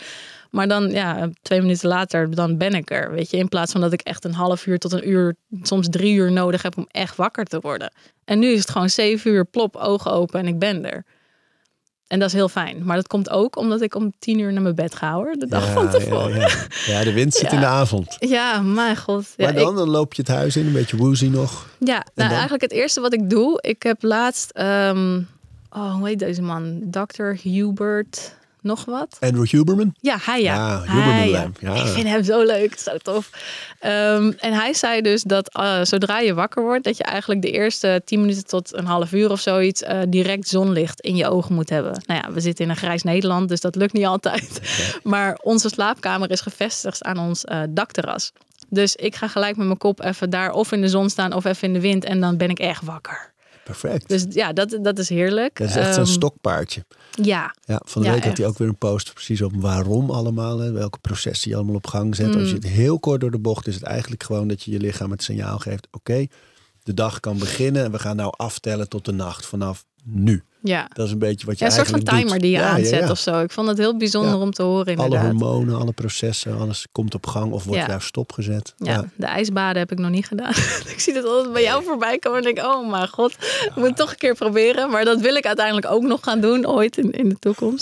Maar dan, ja, twee minuten later, dan ben ik er. Weet je, in plaats van dat ik echt een half uur tot een uur, soms drie uur nodig heb om echt wakker te worden. En nu is het gewoon zeven uur, plop, ogen open en ik ben er. En dat is heel fijn. Maar dat komt ook omdat ik om tien uur naar mijn bed ga, hoor. De dag ja, van tevoren. Ja, ja. ja de wind zit ja. in de avond. Ja, mijn god. Ja, maar dan, ik... dan loop je het huis in, een beetje woozy nog. Ja, nou, eigenlijk het eerste wat ik doe... Ik heb laatst... Um... Oh, hoe heet deze man? dokter Hubert... Nog wat? Andrew Huberman? Ja, hij ja. Ja, Huberman hij, ja. ja. Ik vind hem zo leuk, zo tof. Um, en hij zei dus dat uh, zodra je wakker wordt... dat je eigenlijk de eerste tien minuten tot een half uur of zoiets... Uh, direct zonlicht in je ogen moet hebben. Nou ja, we zitten in een grijs Nederland, dus dat lukt niet altijd. Okay. Maar onze slaapkamer is gevestigd aan ons uh, dakterras. Dus ik ga gelijk met mijn kop even daar of in de zon staan... of even in de wind en dan ben ik echt wakker. Perfect. Dus ja, dat, dat is heerlijk. Dat is echt zo'n um, stokpaardje. Ja. ja van de ja, week had echt. hij ook weer een post precies op waarom allemaal. Hè, welke processen je allemaal op gang zet. Mm. Als je het heel kort door de bocht is het eigenlijk gewoon dat je je lichaam het signaal geeft. Oké, okay, de dag kan beginnen en we gaan nou aftellen tot de nacht vanaf nu. Ja. Dat is een beetje wat je ja, eigenlijk doet. Een soort van timer doet. die je ja, aanzet ja, ja. of zo. Ik vond het heel bijzonder ja. om te horen inderdaad. Alle hormonen, alle processen, alles komt op gang of wordt ja. juist stopgezet. Ja, ja, de ijsbaden heb ik nog niet gedaan. Ik zie het altijd bij jou voorbij komen en denk oh mijn god, ik moet het toch een keer proberen. Maar dat wil ik uiteindelijk ook nog gaan doen, ooit in, in de toekomst.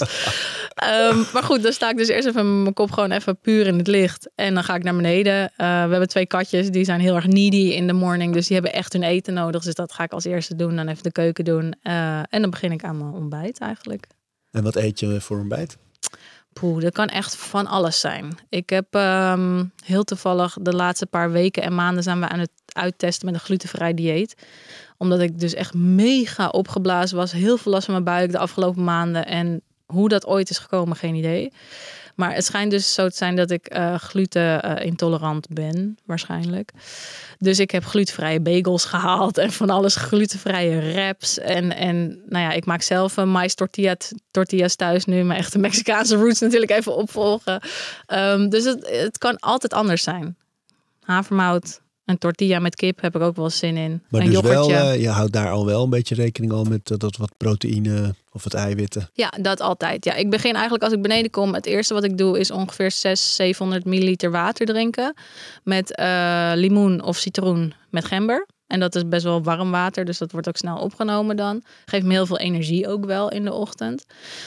um, maar goed, dan sta ik dus eerst even met mijn kop gewoon even puur in het licht. En dan ga ik naar beneden. Uh, we hebben twee katjes, die zijn heel erg needy in de morning. Dus die hebben echt hun eten nodig. Dus dat ga ik als eerste doen, dan even de keuken doen. Uh, en dan begin ik aan mijn ontbijt eigenlijk. En wat eet je voor ontbijt? Poeh, dat kan echt van alles zijn. Ik heb um, heel toevallig de laatste paar weken en maanden zijn we aan het uittesten met een glutenvrij dieet. Omdat ik dus echt mega opgeblazen was. Heel veel last van mijn buik de afgelopen maanden. En hoe dat ooit is gekomen, geen idee. Maar het schijnt dus zo te zijn dat ik uh, gluten uh, intolerant ben, waarschijnlijk. Dus ik heb glutenvrije bagels gehaald en van alles glutenvrije wraps. En, en nou ja, ik maak zelf een mais tortilla, tortillas thuis nu. Mijn echte Mexicaanse roots natuurlijk even opvolgen. Um, dus het, het kan altijd anders zijn. Havermout, een tortilla met kip heb ik ook wel zin in. Maar een dus yoghurtje. wel, uh, je houdt daar al wel een beetje rekening al met uh, dat wat proteïne of wat eiwitten. Ja, dat altijd. Ja, ik begin eigenlijk als ik beneden kom. Het eerste wat ik doe is ongeveer zeshonderd, zevenhonderd milliliter water drinken. Met uh, limoen of citroen met gember. En dat is best wel warm water, dus dat wordt ook snel opgenomen dan. Geeft me heel veel energie ook wel in de ochtend.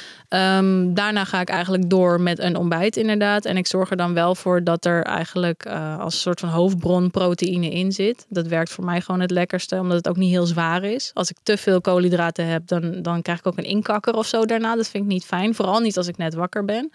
Um, daarna ga ik eigenlijk door met een ontbijt inderdaad. En ik zorg er dan wel voor dat er eigenlijk uh, als soort van hoofdbron proteïne in zit. Dat werkt voor mij gewoon het lekkerste, omdat het ook niet heel zwaar is. Als ik te veel koolhydraten heb, dan, dan krijg ik ook een inkakker of zo daarna. Dat vind ik niet fijn, vooral niet als ik net wakker ben.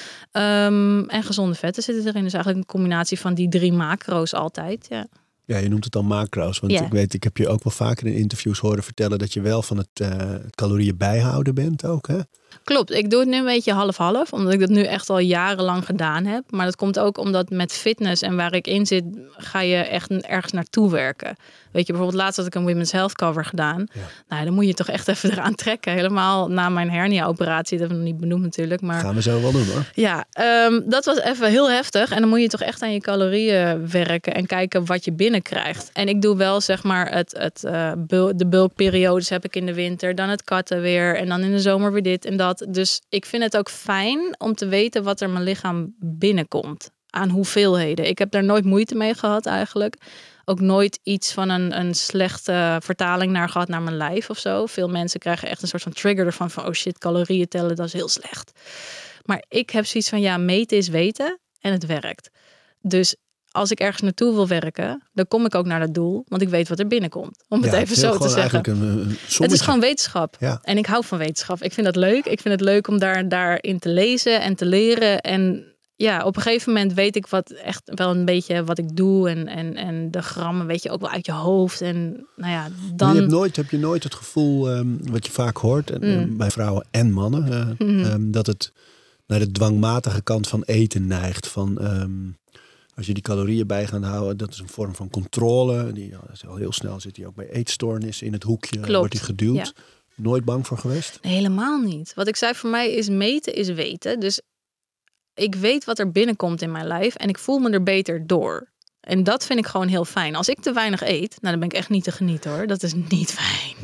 Um, en gezonde vetten zitten erin. Dus eigenlijk een combinatie van die drie macro's altijd, ja. Ja, je noemt het dan macro's. Want yeah. ik weet, ik heb je ook wel vaker in interviews horen vertellen dat je wel van het, uh, het calorieën bijhouden bent ook, hè? Klopt, ik doe het nu een beetje half-half, omdat ik dat nu echt al jarenlang gedaan heb. Maar dat komt ook omdat met fitness en waar ik in zit, ga je echt ergens naartoe werken. Weet je, bijvoorbeeld laatst had ik een Women's Health Cover gedaan. Ja. Nou, dan moet je toch echt even eraan trekken. Helemaal na mijn hernia-operatie, dat hebben we nog niet benoemd natuurlijk. Maar gaan we zo wel doen hoor. Ja, um, dat was even heel heftig. En dan moet je toch echt aan je calorieën werken en kijken wat je binnenkrijgt. En ik doe wel zeg maar het, het, uh, bul- de bulkperiodes heb ik in de winter, dan het katten weer en dan in de zomer weer dit en dat. Dus ik vind het ook fijn om te weten wat er mijn lichaam binnenkomt. Aan hoeveelheden. Ik heb daar nooit moeite mee gehad eigenlijk. Ook nooit iets van een, een slechte vertaling naar gehad naar mijn lijf of zo. Veel mensen krijgen echt een soort van trigger ervan van oh shit, calorieën tellen, dat is heel slecht. Maar ik heb zoiets van ja, meten is weten en het werkt. Dus als ik ergens naartoe wil werken, dan kom ik ook naar dat doel. Want ik weet wat er binnenkomt. Om het ja, even het zo te zeggen. Een, een het is gewoon wetenschap. Ja. En ik hou van wetenschap. Ik vind dat leuk. Ik vind het leuk om daar, daarin te lezen en te leren. En ja, op een gegeven moment weet ik wat echt wel een beetje wat ik doe. En, en, en de grammen weet je ook wel uit je hoofd. En nou ja, dan... Maar je hebt nooit, heb je nooit het gevoel, um, wat je vaak hoort, en, mm. bij vrouwen en mannen, uh, mm. um, dat het naar de dwangmatige kant van eten neigt. Van... Um, Als je die calorieën bij gaat houden, dat is een vorm van controle. Die, ja, dat is al heel snel zit hij ook bij eetstoornissen in het hoekje. Klopt. Wordt hij geduwd. Ja. Nooit bang voor geweest? Nee, helemaal niet. Wat ik zei voor mij is meten is weten. Dus ik weet wat er binnenkomt in mijn lijf en ik voel me er beter door. En dat vind ik gewoon heel fijn. Als ik te weinig eet, nou dan ben ik echt niet te genieten hoor. Dat is niet fijn.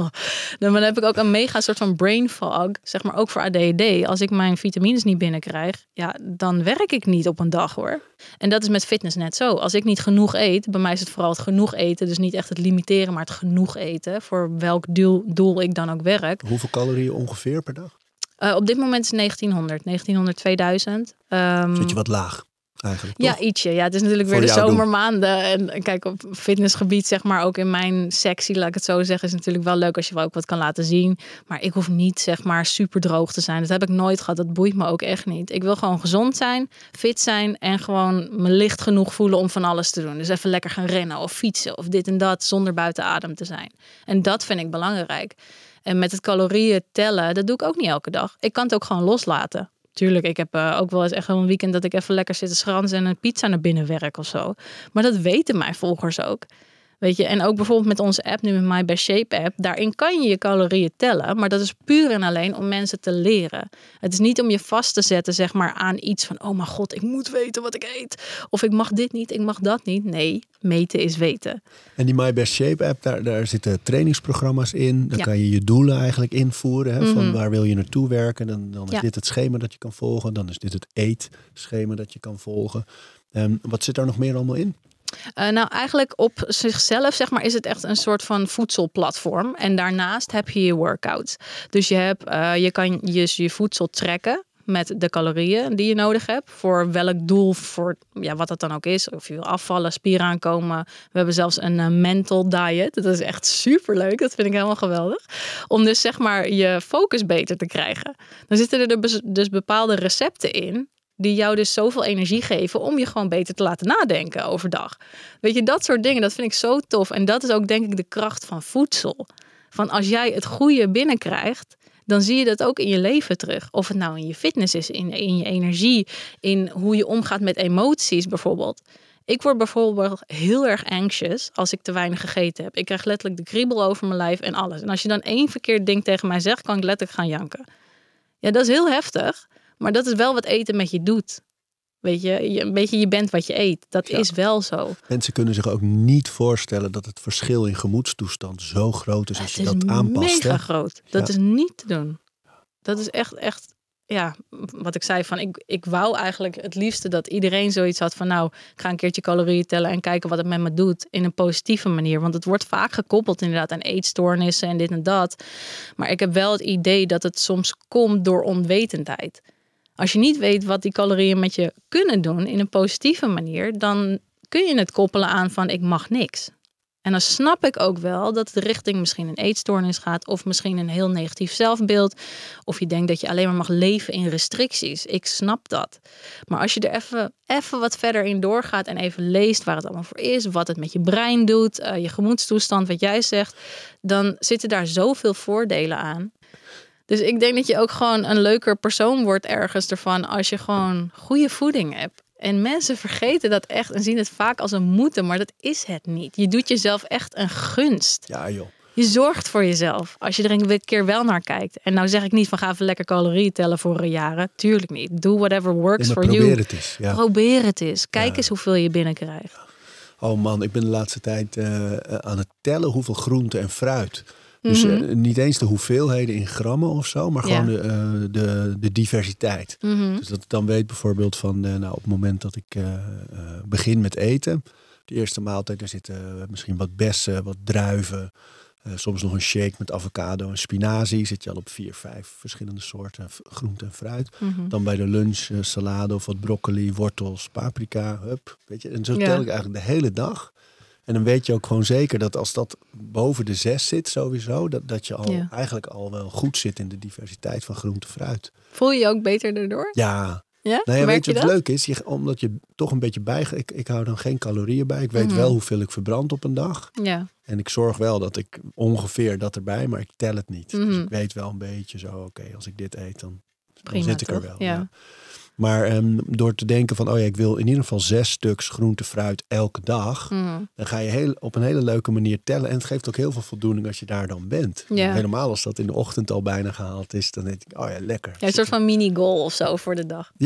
Dan heb ik ook een mega soort van brain fog, zeg maar ook voor A D H D. Als ik mijn vitamines niet binnenkrijg, ja, dan werk ik niet op een dag hoor. En dat is met fitness net zo. Als ik niet genoeg eet, bij mij is het vooral het genoeg eten. Dus niet echt het limiteren, maar het genoeg eten. Voor welk doel, doel ik dan ook werk. Hoeveel calorieën ongeveer per dag? Uh, op dit moment is negentienhonderd, negentienhonderd, tweeduizend. Um, Zit je wat laag? Eigenlijk, ja, ietsje. Ja, het is natuurlijk Voor weer de jou zomermaanden. En kijk, op fitnessgebied, zeg maar, ook in mijn sectie, laat ik het zo zeggen, is natuurlijk wel leuk als je wel ook wat kan laten zien. Maar ik hoef niet, zeg maar, super droog te zijn. Dat heb ik nooit gehad. Dat boeit me ook echt niet. Ik wil gewoon gezond zijn, fit zijn en gewoon me licht genoeg voelen om van alles te doen. Dus even lekker gaan rennen of fietsen of dit en dat zonder buiten adem te zijn. En dat vind ik belangrijk. En met het calorieën tellen, dat doe ik ook niet elke dag. Ik kan het ook gewoon loslaten. Tuurlijk, ik heb uh, ook wel eens echt een weekend dat ik even lekker zit te schransen en een pizza naar binnen werk of zo. Maar dat weten mijn volgers ook. Weet je, en ook bijvoorbeeld met onze app, nu met My Best Shape app, daarin kan je je calorieën tellen, maar dat is puur en alleen om mensen te leren. Het is niet om je vast te zetten, zeg maar, aan iets van, oh mijn god, ik moet weten wat ik eet. Of ik mag dit niet, ik mag dat niet. Nee, meten is weten. En die My Best Shape app, daar, daar zitten trainingsprogramma's in. Dan Ja. kan je je doelen eigenlijk invoeren. Hè, Mm-hmm. Van waar wil je naartoe werken. Dan, dan is Ja. dit het schema dat je kan volgen. Dan is dit het eetschema dat je kan volgen. Um, wat zit daar nog meer allemaal in? Uh, nou, eigenlijk op zichzelf, zeg maar, is het echt een soort van voedselplatform. En daarnaast heb je je workouts. Dus je, hebt, uh, je kan je, je voedsel tracken met de calorieën die je nodig hebt. Voor welk doel, voor ja, wat dat dan ook is. Of je wil afvallen, spieren aankomen. We hebben zelfs een uh, mental diet. Dat is echt superleuk. Dat vind ik helemaal geweldig. Om dus, zeg maar, je focus beter te krijgen. Dan zitten er dus bepaalde recepten in die jou dus zoveel energie geven om je gewoon beter te laten nadenken overdag. Weet je, dat soort dingen, dat vind ik zo tof. En dat is ook denk ik de kracht van voedsel. Van als jij het goede binnenkrijgt, dan zie je dat ook in je leven terug. Of het nou in je fitness is, in, in je energie, in hoe je omgaat met emoties bijvoorbeeld. Ik word bijvoorbeeld heel erg anxious als ik te weinig gegeten heb. Ik krijg letterlijk de kriebel over mijn lijf en alles. En als je dan één verkeerd ding tegen mij zegt, kan ik letterlijk gaan janken. Ja, dat is heel heftig. Maar dat is wel wat eten met je doet. Weet je, je een beetje je bent wat je eet. Dat Ja. is wel zo. Mensen kunnen zich ook niet voorstellen dat het verschil in gemoedstoestand zo groot is als Het je is dat aanpast. mega Hè? groot. Dat Ja. is niet te doen. Dat is echt, echt, ja, wat ik zei van, ik, ik wou eigenlijk het liefste dat iedereen zoiets had van, nou, ik ga een keertje calorieën tellen en kijken wat het met me doet in een positieve manier. Want het wordt vaak gekoppeld inderdaad aan eetstoornissen en dit en dat. Maar ik heb wel het idee dat het soms komt door onwetendheid. Als je niet weet wat die calorieën met je kunnen doen in een positieve manier, dan kun je het koppelen aan van ik mag niks. En dan snap ik ook wel dat het richting misschien een eetstoornis gaat of misschien een heel negatief zelfbeeld. Of je denkt dat je alleen maar mag leven in restricties. Ik snap dat. Maar als je er even, even wat verder in doorgaat en even leest waar het allemaal voor is, wat het met je brein doet, uh, je gemoedstoestand, wat jij zegt, dan zitten daar zoveel voordelen aan. Dus ik denk dat je ook gewoon een leuker persoon wordt ergens ervan als je gewoon goede voeding hebt. En mensen vergeten dat echt en zien het vaak als een moeten, maar dat is het niet. Je doet jezelf echt een gunst. Ja, joh. Je zorgt voor jezelf als je er een keer wel naar kijkt. En nou zeg ik niet van ga even lekker calorieën tellen voor een jaren. Tuurlijk niet. Do whatever works Nee, maar for probeer you. het eens. Ja. Probeer het eens. Kijk Ja. eens hoeveel je binnenkrijgt. Oh man, ik ben de laatste tijd uh, aan het tellen hoeveel groente en fruit. Dus Mhm. uh, niet eens de hoeveelheden in grammen of zo, maar Ja. gewoon de, uh, de, de diversiteit. Mhm. Dus dat ik dan weet bijvoorbeeld van, uh, nou, op het moment dat ik uh, uh, begin met eten, de eerste maaltijd, daar zitten uh, misschien wat bessen, wat druiven, uh, soms nog een shake met avocado en spinazie. Zit je al op vier, vijf verschillende soorten groente en fruit. Mhm. Dan bij de lunch uh, salade of wat broccoli, wortels, paprika, hup, weet je. En zo Ja. tel ik eigenlijk de hele dag. En dan weet je ook gewoon zeker dat als dat boven de zes zit sowieso, dat, dat je al Ja. eigenlijk al wel goed zit in de diversiteit van groente en fruit. Voel je je ook beter daardoor? Ja. Ja? Nou ja, Merk weet je je wat dat? leuk is? Je, omdat je toch een beetje bij... Ik, ik hou dan geen calorieën bij. Ik weet Mhm. wel hoeveel ik verbrand op een dag. Ja. En ik zorg wel dat ik ongeveer dat erbij, maar ik tel het niet. Mhm. Dus ik weet wel een beetje zo, oké, okay, als ik dit eet, dan, dan Prima, zit ik er toch? wel. Ja. Ja. Maar um, door te denken van, oh ja, ik wil in ieder geval zes stuks groente, fruit elke dag. Mhm. Dan ga je heel, op een hele leuke manier tellen. En het geeft ook heel veel voldoening als je daar dan bent. Ja. Helemaal als dat in de ochtend al bijna gehaald is. Dan denk ik, oh ja, lekker. Ja, een soort van mini-goal of zo voor de dag. Ja,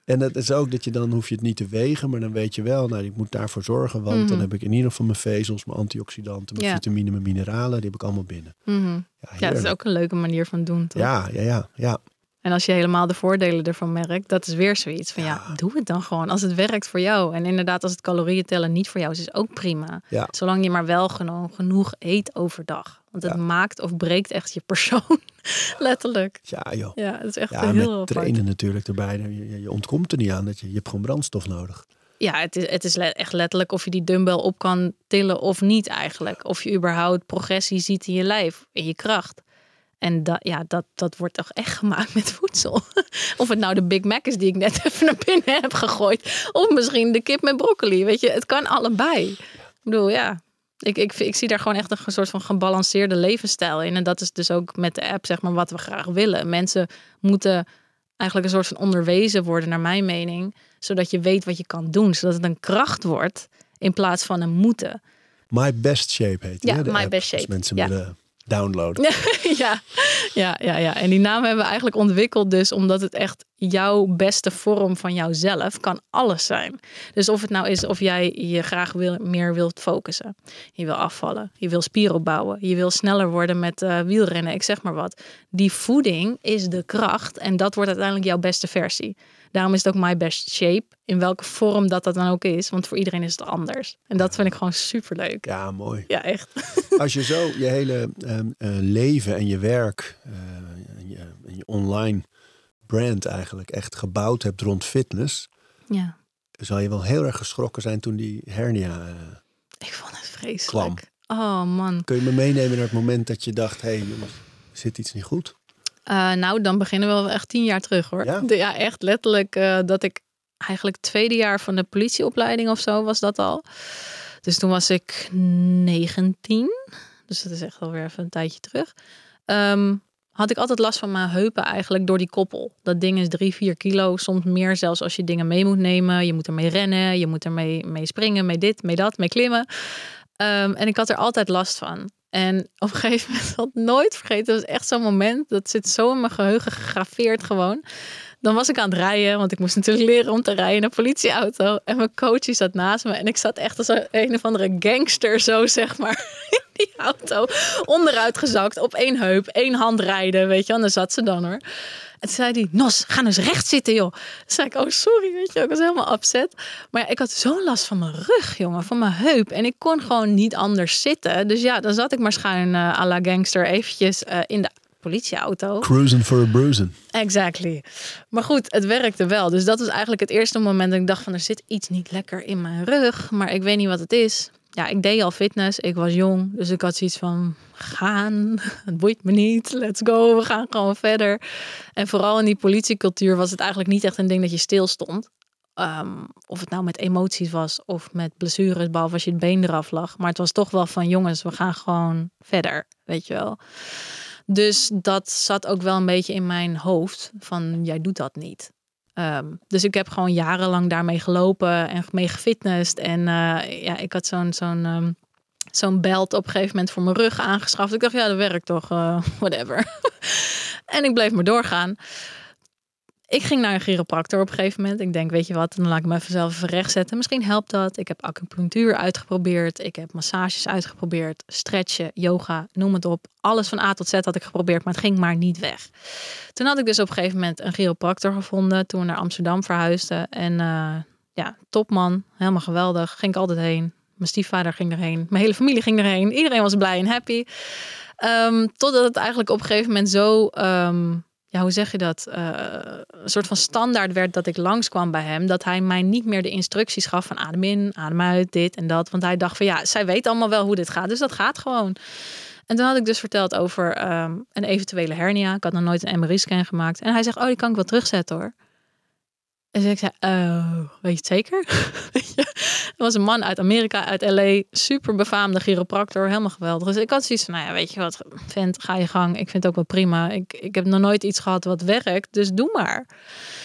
En het is ook dat je dan hoef je het niet te wegen, maar dan weet je wel, nou, ik moet daarvoor zorgen, want Mm-hmm. dan heb ik in ieder geval mijn vezels, mijn antioxidanten, mijn Ja. vitamine, mijn mineralen, die heb ik allemaal binnen. Mm-hmm. Ja, Ja, dat is heerlijk. ook een leuke manier van doen, toch? ja, ja, ja, ja. En als je helemaal de voordelen ervan merkt, dat is weer zoiets van ja, Ja. doe het dan gewoon. Als het werkt voor jou. En inderdaad, als het calorieën tellen niet voor jou is, is ook prima. Ja. Zolang je maar wel genoeg, genoeg eet overdag. Want het Ja. maakt of breekt echt je persoon. Letterlijk. Ja, joh. Ja, dat is echt Ja, heel met apart. trainen natuurlijk erbij. Je, je, je ontkomt er niet aan. Dat je, je hebt gewoon brandstof nodig. Ja, het is, het is le- echt letterlijk of je die dumbbell op kan tillen of niet eigenlijk. Of je überhaupt progressie ziet in je lijf, in je kracht. En dat, ja, dat, dat wordt toch echt gemaakt met voedsel. Of het nou de Big Mac is die ik net even naar binnen heb gegooid. Of misschien de kip met broccoli. Weet je, het kan allebei. Ik bedoel, ja. Ik, ik, ik zie daar gewoon echt een soort van gebalanceerde levensstijl in. En dat is dus ook met de app, zeg maar, wat we graag willen. Mensen moeten eigenlijk een soort van onderwezen worden, naar mijn mening. Zodat je weet wat je kan doen. Zodat het een kracht wordt in plaats van een moeten. My Best Shape heet die, Ja, hè, de My app, Best als Shape. mensen Ja. willen downloaden. ja, ja, ja, ja. En die naam hebben we eigenlijk ontwikkeld dus omdat het echt jouw beste vorm van jouzelf kan alles zijn. Dus of het nou is of jij je graag wil, meer wilt focussen. Je wil afvallen. Je wil spieren opbouwen. Je wil sneller worden met uh, wielrennen. Ik zeg maar wat. Die voeding is de kracht en dat wordt uiteindelijk jouw beste versie. Daarom is het ook My Best Shape. In welke vorm dat dat dan ook is. Want voor iedereen is het anders. En dat vind ik gewoon superleuk. Ja, mooi. Ja, echt. Als je zo je hele um, uh, leven en je werk uh, en, je, en je online brand eigenlijk echt gebouwd hebt rond fitness, Ja. zal je wel heel erg geschrokken zijn toen die hernia. Uh, Ik vond het vreselijk. Kwam. Oh man. kun je me meenemen naar het moment dat je dacht, hé, hey, jongens, zit iets niet goed? Uh, nou, dan beginnen we wel echt tien jaar terug hoor. Ja? De, ja echt letterlijk uh, dat ik eigenlijk tweede jaar van de politieopleiding of zo was dat al. Dus toen was ik negentien. Dus dat is echt alweer even een tijdje terug. Um, had ik altijd last van mijn heupen eigenlijk door die koppel. Dat ding is drie, vier kilo, soms meer zelfs als je dingen mee moet nemen. Je moet ermee rennen, je moet ermee mee springen, mee dit, mee dat, mee klimmen. Um, en ik had er altijd last van. En op een gegeven moment, had ik nooit vergeten, dat was echt zo'n moment, dat zit zo in mijn geheugen gegraveerd gewoon. Dan was ik aan het rijden, want ik moest natuurlijk leren om te rijden in een politieauto. En mijn coach zat naast me en ik zat echt als een, een of andere gangster zo, zeg maar, in die auto. Onderuit gezakt, op één heup, één hand rijden, weet je. En daar zat ze dan hoor. En toen zei hij, Nos, ga nou eens recht zitten joh. Toen zei ik, oh sorry, weet je, ik was helemaal upset. Maar ja, ik had zo'n last van mijn rug, jongen, van mijn heup. En ik kon gewoon niet anders zitten. Dus ja, dan zat ik maar schuin uh, à la gangster eventjes uh, in de politieauto. Cruising for a bruising. Exactly. Maar goed, het werkte wel. Dus dat was eigenlijk het eerste moment dat ik dacht van, er zit iets niet lekker in mijn rug. Maar ik weet niet wat het is. Ja, ik deed al fitness. Ik was jong. Dus ik had zoiets van, gaan. Het boeit me niet. Let's go. We gaan gewoon verder. En vooral in die politiecultuur was het eigenlijk niet echt een ding dat je stilstond. Um, of het nou met emoties was of met blessures, behalve als je het been eraf lag. Maar het was toch wel van, jongens, we gaan gewoon verder. Weet je wel. Dus dat zat ook wel een beetje in mijn hoofd. Van, jij doet dat niet. Um, dus ik heb gewoon jarenlang daarmee gelopen en mee gefitnessd. En uh, ja, ik had zo'n zo'n um, zo'n belt op een gegeven moment voor mijn rug aangeschaft. Ik dacht, ja, dat werkt toch, uh, whatever. En ik bleef maar doorgaan. Ik ging naar een chiropractor op een gegeven moment. Ik denk, weet je wat, dan laat ik me even zelf even recht zetten. Misschien helpt dat. Ik heb acupunctuur uitgeprobeerd. Ik heb massages uitgeprobeerd. Stretchen, yoga, noem het op. Alles van A tot Z had ik geprobeerd, maar het ging maar niet weg. Toen had ik dus op een gegeven moment een chiropractor gevonden. Toen we naar Amsterdam verhuisden. En uh, ja, topman. Helemaal geweldig. Ging ik altijd heen. Mijn stiefvader ging erheen. Mijn hele familie ging erheen. Iedereen was blij en happy. Um, totdat het eigenlijk op een gegeven moment zo... Um, Ja, hoe zeg je dat? Uh, een soort van standaard werd dat ik langskwam bij hem. Dat hij mij niet meer de instructies gaf van adem in, adem uit, dit en dat. Want hij dacht van ja, zij weet allemaal wel hoe dit gaat. Dus dat gaat gewoon. En toen had ik dus verteld over um, een eventuele hernia. Ik had nog nooit een M R I-scan gemaakt. En hij zegt, oh, die kan ik wel terugzetten hoor. En dus ik zei, oh, weet je het zeker? Er was een man uit Amerika, uit L A. Super befaamde chiropractor, helemaal geweldig. Dus ik had zoiets van, nou ja, weet je wat, vent, ga je gang. Ik vind het ook wel prima. Ik, ik heb nog nooit iets gehad wat werkt, dus doe maar.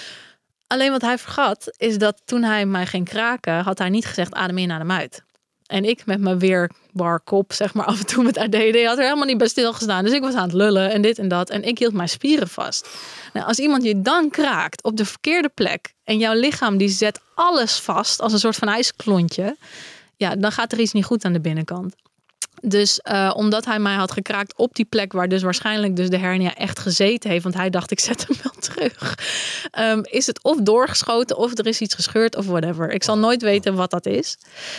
Alleen wat hij vergat, is dat toen hij mij ging kraken, had hij niet gezegd adem in, adem uit. En ik met mijn weerbar kop, zeg maar, af en toe met A D D, had er helemaal niet bij stilgestaan. Dus ik was aan het lullen en dit en dat. En ik hield mijn spieren vast. Nou, als iemand je dan kraakt op de verkeerde plek en jouw lichaam die zet alles vast als een soort van ijsklontje, ja, dan gaat er iets niet goed aan de binnenkant. Dus uh, omdat hij mij had gekraakt op die plek waar dus waarschijnlijk dus de hernia echt gezeten heeft, want hij dacht ik zet hem wel terug, um, is het of doorgeschoten of er is iets gescheurd of whatever. Ik zal nooit weten wat dat is.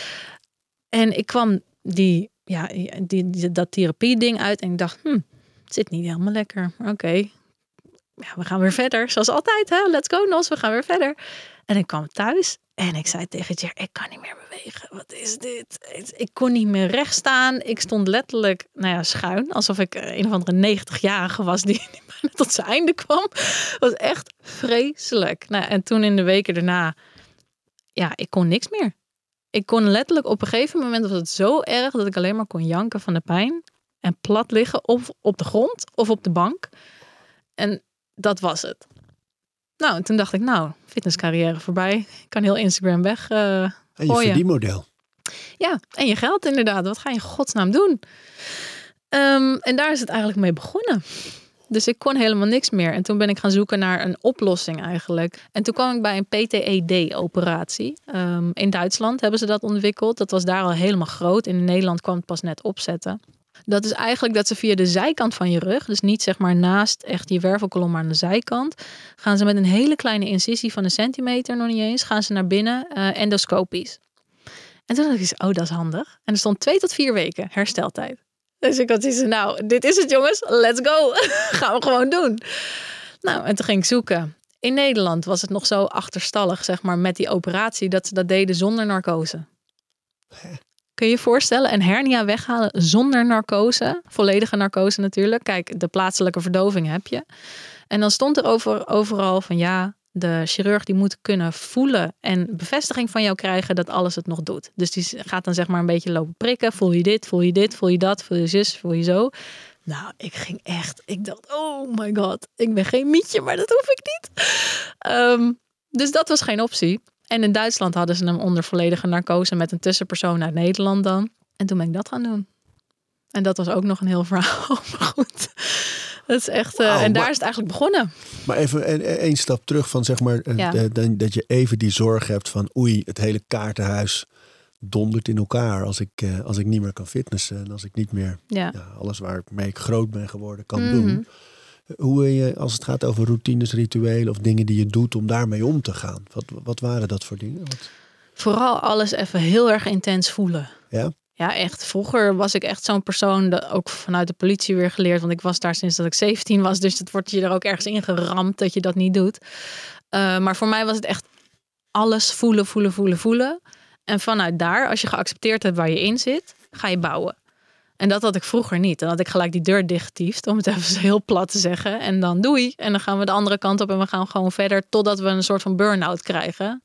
En ik kwam die, ja, die, die, dat therapie ding uit en ik dacht, hm, het zit niet helemaal lekker. Oké, okay. Ja, we gaan weer verder. Zoals altijd, hè? Let's go Nos, we gaan weer verder. En ik kwam thuis en ik zei tegen Jer, ik kan niet meer bewegen. Wat is dit? Ik kon niet meer recht staan. Ik stond letterlijk, nou ja, schuin. Alsof ik een of andere negentigjarige was die, die bijna tot zijn einde kwam. Het was echt vreselijk. Nou, en toen in de weken daarna, ja, ik kon niks meer. Ik kon letterlijk op een gegeven moment, was het zo erg dat ik alleen maar kon janken van de pijn. En plat liggen of op de grond of op de bank. En dat was het. Nou, en toen dacht ik, nou, fitnesscarrière voorbij. Ik kan heel Instagram weg uh, En je gooien. verdienmodel. Ja, en je geld inderdaad. Wat ga je in godsnaam doen? Um, en daar is het eigenlijk mee begonnen. Dus ik kon helemaal niks meer. En toen ben ik gaan zoeken naar een oplossing eigenlijk. En toen kwam ik bij een P T E D-operatie. Um, in Duitsland hebben ze dat ontwikkeld. Dat was daar al helemaal groot. In Nederland kwam het pas net opzetten. Dat is eigenlijk dat ze via de zijkant van je rug, dus niet zeg maar naast echt je wervelkolom, maar aan de zijkant, gaan ze met een hele kleine incisie van een centimeter, nog niet eens, gaan ze naar binnen, uh, endoscopisch. En toen dacht ik, oh, dat is handig. En er stond twee tot vier weken hersteltijd. Dus ik had zoiets, nou, dit is het jongens, let's go. Gaan we gewoon doen. Nou, en toen ging ik zoeken. In Nederland was het nog zo achterstallig, zeg maar, met die operatie, dat ze dat deden zonder narcose. Kun je je voorstellen, een hernia weghalen zonder narcose? Volledige narcose natuurlijk. Kijk, de plaatselijke verdoving heb je. En dan stond er over, overal van ja, de chirurg die moet kunnen voelen en bevestiging van jou krijgen dat alles het nog doet. Dus die gaat dan zeg maar een beetje lopen prikken. Voel je dit, voel je dit, voel je dat, voel je zus, voel je zo. Nou, ik ging echt, ik dacht, oh my god, ik ben geen mietje, maar dat hoef ik niet. Um, dus dat was geen optie. En in Duitsland hadden ze hem onder volledige narcose met een tussenpersoon uit Nederland dan. En toen ben ik dat gaan doen. En dat was ook nog een heel verhaal. Maar goed, dat is echt. Uh, wow, en daar maar, is het eigenlijk begonnen. Maar even één stap terug van zeg maar ja. de, de, dat je even die zorg hebt van oei, het hele kaartenhuis dondert in elkaar als ik, uh, als ik niet meer kan fitnessen en als ik niet meer ja. Ja, alles waarmee ik groot ben geworden kan mm-hmm. doen. Hoe je, als het gaat over routines, rituelen of dingen die je doet om daarmee om te gaan. Wat, wat waren dat voor dingen? Wat? Vooral alles even heel erg intens voelen. Ja? Ja, echt. Vroeger was ik echt zo'n persoon, dat ook vanuit de politie weer geleerd. Want ik was daar sinds dat ik zeventien was. Dus het wordt je er ook ergens ingeramd dat je dat niet doet. Uh, maar voor mij was het echt alles voelen, voelen, voelen, voelen. En vanuit daar, als je geaccepteerd hebt waar je in zit, ga je bouwen. En dat had ik vroeger niet. Dan had ik gelijk die deur dichtgetiefd, om het even heel plat te zeggen. En dan doei. En dan gaan we de andere kant op en we gaan gewoon verder totdat we een soort van burn-out krijgen.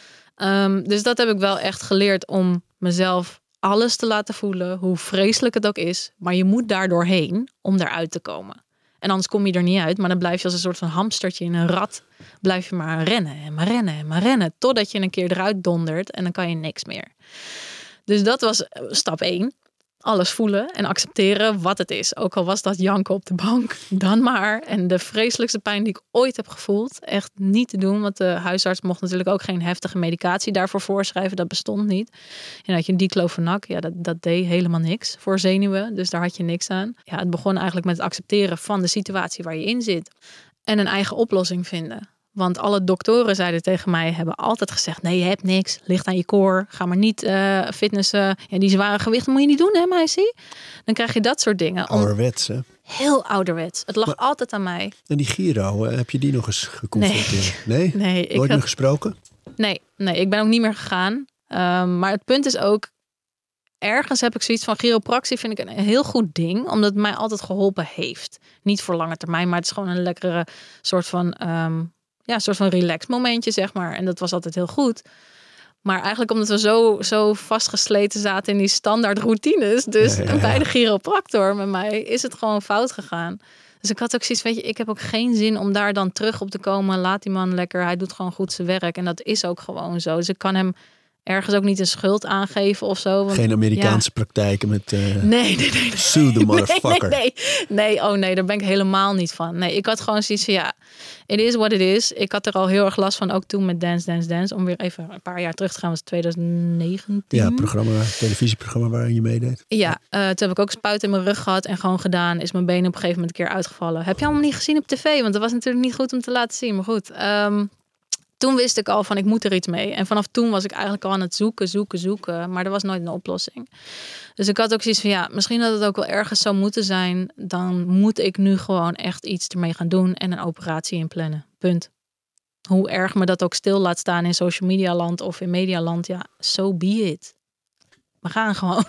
Um, dus dat heb ik wel echt geleerd om mezelf alles te laten voelen, hoe vreselijk het ook is. Maar je moet daar doorheen om eruit te komen. En anders kom je er niet uit, maar dan blijf je als een soort van hamstertje in een rat. Blijf je maar rennen en maar rennen en maar rennen. Totdat je een keer eruit dondert en dan kan je niks meer. Dus dat was stap één. Alles voelen en accepteren wat het is. Ook al was dat janken op de bank, dan maar. En de vreselijkste pijn die ik ooit heb gevoeld, echt niet te doen. Want de huisarts mocht natuurlijk ook geen heftige medicatie daarvoor voorschrijven. Dat bestond niet. En dan had je een diclofenac. Ja, dat, dat deed helemaal niks voor zenuwen. Dus daar had je niks aan. Ja, het begon eigenlijk met het accepteren van de situatie waar je in zit. En een eigen oplossing vinden. Want alle doktoren zeiden tegen mij, hebben altijd gezegd, nee, je hebt niks, ligt aan je core, ga maar niet uh, fitnessen. Ja, die zware gewichten moet je niet doen, hè, meisje? Dan krijg je dat soort dingen. Ouderwets, hè? Heel ouderwets. Het lag maar, altijd aan mij. En die Giro, heb je die nog eens geconfronteerd? Nee? Nee? nee Nooit meer had... gesproken? Nee, nee, ik ben ook niet meer gegaan. Um, maar het punt is ook, ergens heb ik zoiets van chiropractie vind ik een heel goed ding, omdat het mij altijd geholpen heeft. Niet voor lange termijn, maar het is gewoon een lekkere soort van... Um, Ja, een soort van relax momentje, zeg maar. En dat was altijd heel goed. Maar eigenlijk omdat we zo, zo vastgesleten zaten in die standaard routines. Dus ja, ja, ja. bij de chiropractor met mij is het gewoon fout gegaan. Dus ik had ook zoiets, weet je, ik heb ook geen zin om daar dan terug op te komen. Laat die man lekker, hij doet gewoon goed zijn werk. En dat is ook gewoon zo. Dus ik kan hem ergens ook niet een schuld aangeven of zo. Want, Geen Amerikaanse ja. praktijken met uh, nee, nee, nee, nee. sue the motherfucker. Nee, nee, nee. nee, oh nee, daar ben ik helemaal niet van. Nee, ik had gewoon zoiets van, ja, it is what it is. Ik had er al heel erg last van, ook toen met Dance, Dance, Dance. Om weer even een paar jaar terug te gaan, was twintig negentien. Ja, programma, televisieprogramma waarin je meedeed. Ja, uh, toen heb ik ook spuit in mijn rug gehad en gewoon gedaan. Is mijn been op een gegeven moment een keer uitgevallen. Heb je allemaal niet gezien op tv? Want dat was natuurlijk niet goed om te laten zien. Maar goed, um, toen wist ik al van ik moet er iets mee. En vanaf toen was ik eigenlijk al aan het zoeken, zoeken, zoeken. Maar er was nooit een oplossing. Dus ik had ook zoiets van ja, misschien dat het ook wel ergens zou moeten zijn. Dan moet ik nu gewoon echt iets ermee gaan doen en een operatie inplannen. Punt. Hoe erg me dat ook stil laat staan in social media land of in medialand. Ja, so be it. We gaan gewoon.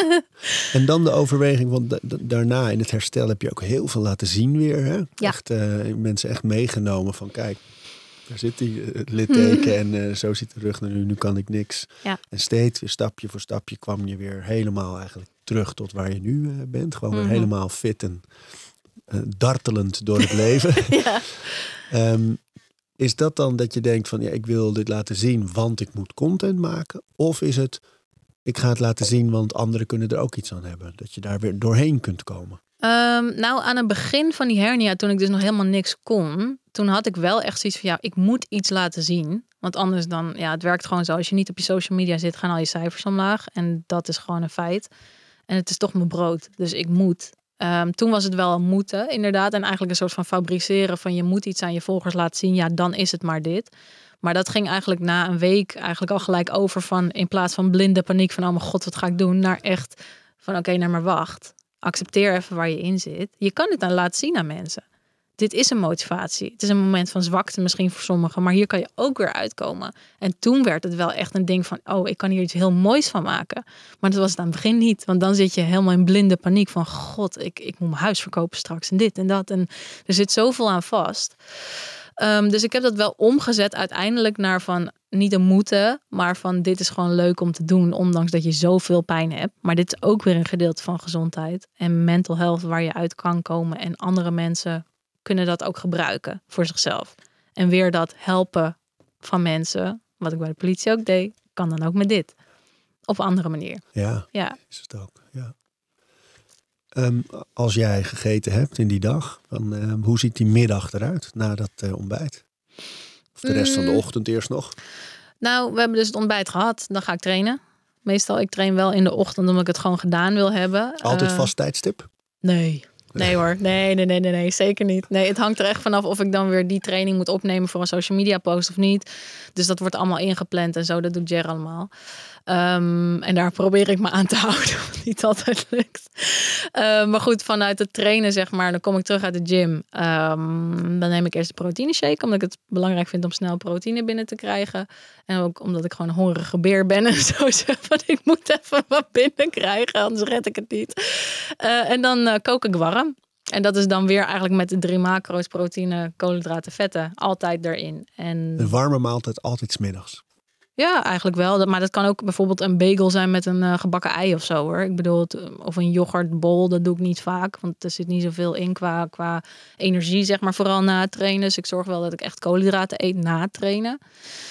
En dan de overweging, want da- da- daarna in het herstel heb je ook heel veel laten zien weer. Hè? Ja. Echt, uh, mensen echt meegenomen van kijk, daar zit die uh, litteken en uh, zo ziet de rug naar nu, nu kan ik niks. Ja. En steeds weer stapje voor stapje kwam je weer helemaal eigenlijk terug tot waar je nu uh, bent. Gewoon weer Mm-hmm. helemaal fit en uh, dartelend door het leven. Ja. Um, is dat dan dat je denkt van ja, ik wil dit laten zien, want ik moet content maken? Of is het, ik ga het laten zien, want anderen kunnen er ook iets aan hebben. Dat je daar weer doorheen kunt komen. Um, nou, aan het begin van die hernia, toen ik dus nog helemaal niks kon, toen had ik wel echt zoiets van ja, ik moet iets laten zien. Want anders dan, ja, het werkt gewoon zo. Als je niet op je social media zit, gaan al je cijfers omlaag. En dat is gewoon een feit. En het is toch mijn brood. Dus ik moet. Um, toen was het wel een moeten, inderdaad. En eigenlijk een soort van fabriceren van je moet iets aan je volgers laten zien. Ja, dan is het maar dit. Maar dat ging eigenlijk na een week eigenlijk al gelijk over van in plaats van blinde paniek van oh mijn god, wat ga ik doen? Naar echt van oké, okay, nou maar wacht. Accepteer even waar je in zit. Je kan het dan laten zien aan mensen. Dit is een motivatie. Het is een moment van zwakte misschien voor sommigen. Maar hier kan je ook weer uitkomen. En toen werd het wel echt een ding van oh, ik kan hier iets heel moois van maken. Maar dat was het aan het begin niet. Want dan zit je helemaal in blinde paniek van god, ik, ik moet mijn huis verkopen straks en dit en dat. En er zit zoveel aan vast. Um, dus ik heb dat wel omgezet uiteindelijk naar van niet een moeten, maar van dit is gewoon leuk om te doen, ondanks dat je zoveel pijn hebt. Maar dit is ook weer een gedeelte van gezondheid en mental health waar je uit kan komen. En andere mensen kunnen dat ook gebruiken voor zichzelf. En weer dat helpen van mensen, wat ik bij de politie ook deed, kan dan ook met dit. Op een andere manier. Ja, ja. Is het ook. Ja. Um, als jij gegeten hebt in die dag, dan, um, hoe ziet die middag eruit na dat uh, ontbijt? Of de rest mm. van de ochtend eerst nog? Nou, we hebben dus het ontbijt gehad. Dan ga ik trainen. Meestal, ik train wel in de ochtend omdat ik het gewoon gedaan wil hebben. Altijd uh, vast tijdstip? Nee. Nee hoor, nee, nee, nee, nee, nee, zeker niet. Nee, het hangt er echt vanaf of ik dan weer die training moet opnemen voor een social media post of niet. Dus dat wordt allemaal ingepland en zo, dat doet Jer allemaal. Um, en daar probeer ik me aan te houden, wat niet altijd lukt. Uh, maar goed, vanuit het trainen zeg maar, dan kom ik terug uit de gym. Um, dan neem ik eerst de proteïne shake, omdat ik het belangrijk vind om snel proteïne binnen te krijgen. En ook omdat ik gewoon een hongerige beer ben en zo zeg van ik moet even wat binnen krijgen, anders red ik het niet. Uh, en dan uh, kook ik warm. En dat is dan weer eigenlijk met de drie macro's, proteïne, koolhydraten, vetten, altijd erin. En een warme maaltijd altijd 's middags. Ja, eigenlijk wel. Maar dat kan ook bijvoorbeeld een bagel zijn met een uh, gebakken ei of zo hoor. Ik bedoel, het, of een yoghurtbol, dat doe ik niet vaak. Want er zit niet zoveel in qua, qua energie, zeg maar, vooral na het trainen. Dus ik zorg wel dat ik echt koolhydraten eet na het trainen.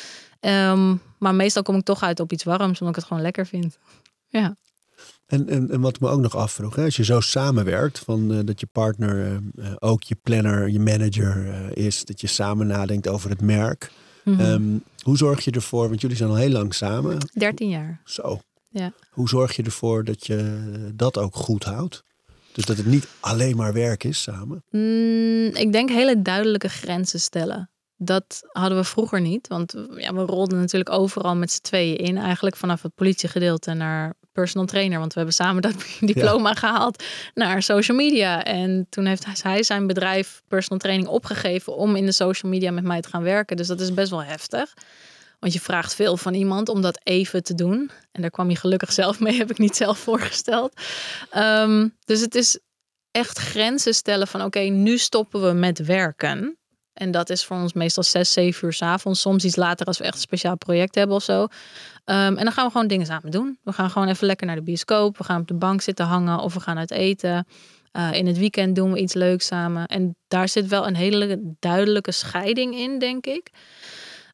Um, maar meestal kom ik toch uit op iets warms, omdat ik het gewoon lekker vind. Ja. En, en, en wat ik me ook nog afvroeg, hè, als je zo samenwerkt, van, uh, dat je partner uh, ook je planner, je manager uh, is, dat je samen nadenkt over het merk. Mm-hmm. Um, hoe zorg je ervoor, want jullie zijn al heel lang samen. dertien jaar. Zo. Ja. Hoe zorg je ervoor dat je dat ook goed houdt? Dus dat het niet alleen maar werk is samen? Mm, ik denk hele duidelijke grenzen stellen. Dat hadden we vroeger niet. Want ja, we rolden natuurlijk overal met z'n tweeën in. Eigenlijk vanaf het politiegedeelte naar personal trainer. Want we hebben samen dat diploma ja. gehaald naar social media. En toen heeft hij zijn bedrijf personal training opgegeven om in de social media met mij te gaan werken. Dus dat is best wel heftig. Want je vraagt veel van iemand om dat even te doen. En daar kwam hij gelukkig zelf mee. Heb ik niet zelf voorgesteld. Um, dus het is echt grenzen stellen van oké, okay, nu stoppen we met werken. En dat is voor ons meestal zes, zeven uur 's avonds. Soms iets later als we echt een speciaal project hebben of zo. Um, en dan gaan we gewoon dingen samen doen. We gaan gewoon even lekker naar de bioscoop. We gaan op de bank zitten hangen of we gaan uit eten. Uh, in het weekend doen we iets leuks samen. En daar zit wel een hele duidelijke scheiding in, denk ik.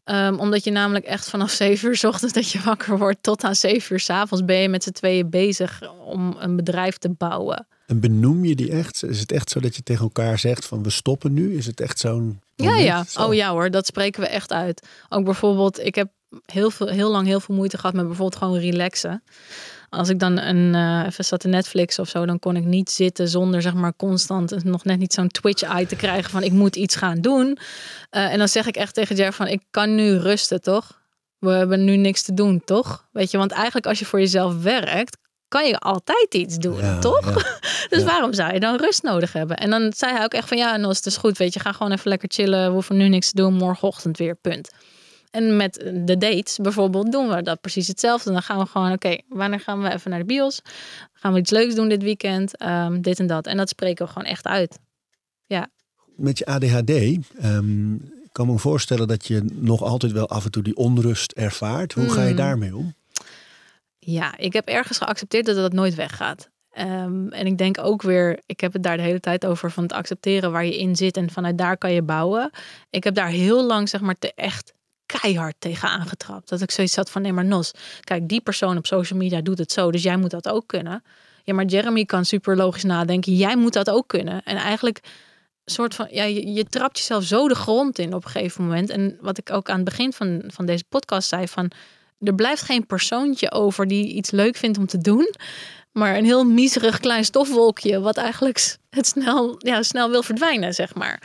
Um, omdat je namelijk echt vanaf zeven uur 's ochtends dat je wakker wordt tot aan zeven uur 's avonds ben je met z'n tweeën bezig om een bedrijf te bouwen. En benoem je die echt? Is het echt zo dat je tegen elkaar zegt van we stoppen nu? Is het echt zo'n Ja, ja. Zo? Oh ja hoor, dat spreken we echt uit. Ook bijvoorbeeld, ik heb heel, veel, heel lang heel veel moeite gehad met bijvoorbeeld gewoon relaxen. Als ik dan een, uh, even zat te Netflix of zo, dan kon ik niet zitten zonder zeg maar constant nog net niet zo'n twitch-eye te krijgen van ik moet iets gaan doen. Uh, en dan zeg ik echt tegen Jer van ik kan nu rusten, toch? We hebben nu niks te doen, toch? Weet je, want eigenlijk als je voor jezelf werkt, kan je altijd iets doen, ja, toch? Ja. Dus ja. waarom zou je dan rust nodig hebben? En dan zei hij ook echt van ja, Nos, het is goed, weet je, ga gewoon even lekker chillen. We hoeven nu niks te doen, morgenochtend weer, punt. En met de dates bijvoorbeeld doen we dat precies hetzelfde. Dan gaan we gewoon, oké, okay, wanneer gaan we even naar de bios? Gaan we iets leuks doen dit weekend? Um, dit en dat. En dat spreken we gewoon echt uit. Ja. Met je A D H D, um, ik kan me voorstellen dat je nog altijd wel af en toe die onrust ervaart. Hoe mm. ga je daarmee om? Ja, ik heb ergens geaccepteerd dat dat nooit weggaat. Um, en ik denk ook weer, ik heb het daar de hele tijd over van het accepteren waar je in zit. En vanuit daar kan je bouwen. Ik heb daar heel lang zeg maar te echt keihard tegen aangetrapt. Dat ik zoiets had van, nee maar Nos, kijk, die persoon op social media doet het zo, dus jij moet dat ook kunnen. Ja, maar Jeremy kan super logisch nadenken, jij moet dat ook kunnen. En eigenlijk soort van, ja, je, je trapt jezelf zo de grond in op een gegeven moment. En wat ik ook aan het begin van, van deze podcast zei, van er blijft geen persoontje over die iets leuk vindt om te doen, maar een heel miserig klein stofwolkje, wat eigenlijk het snel, ja, snel wil verdwijnen, zeg maar.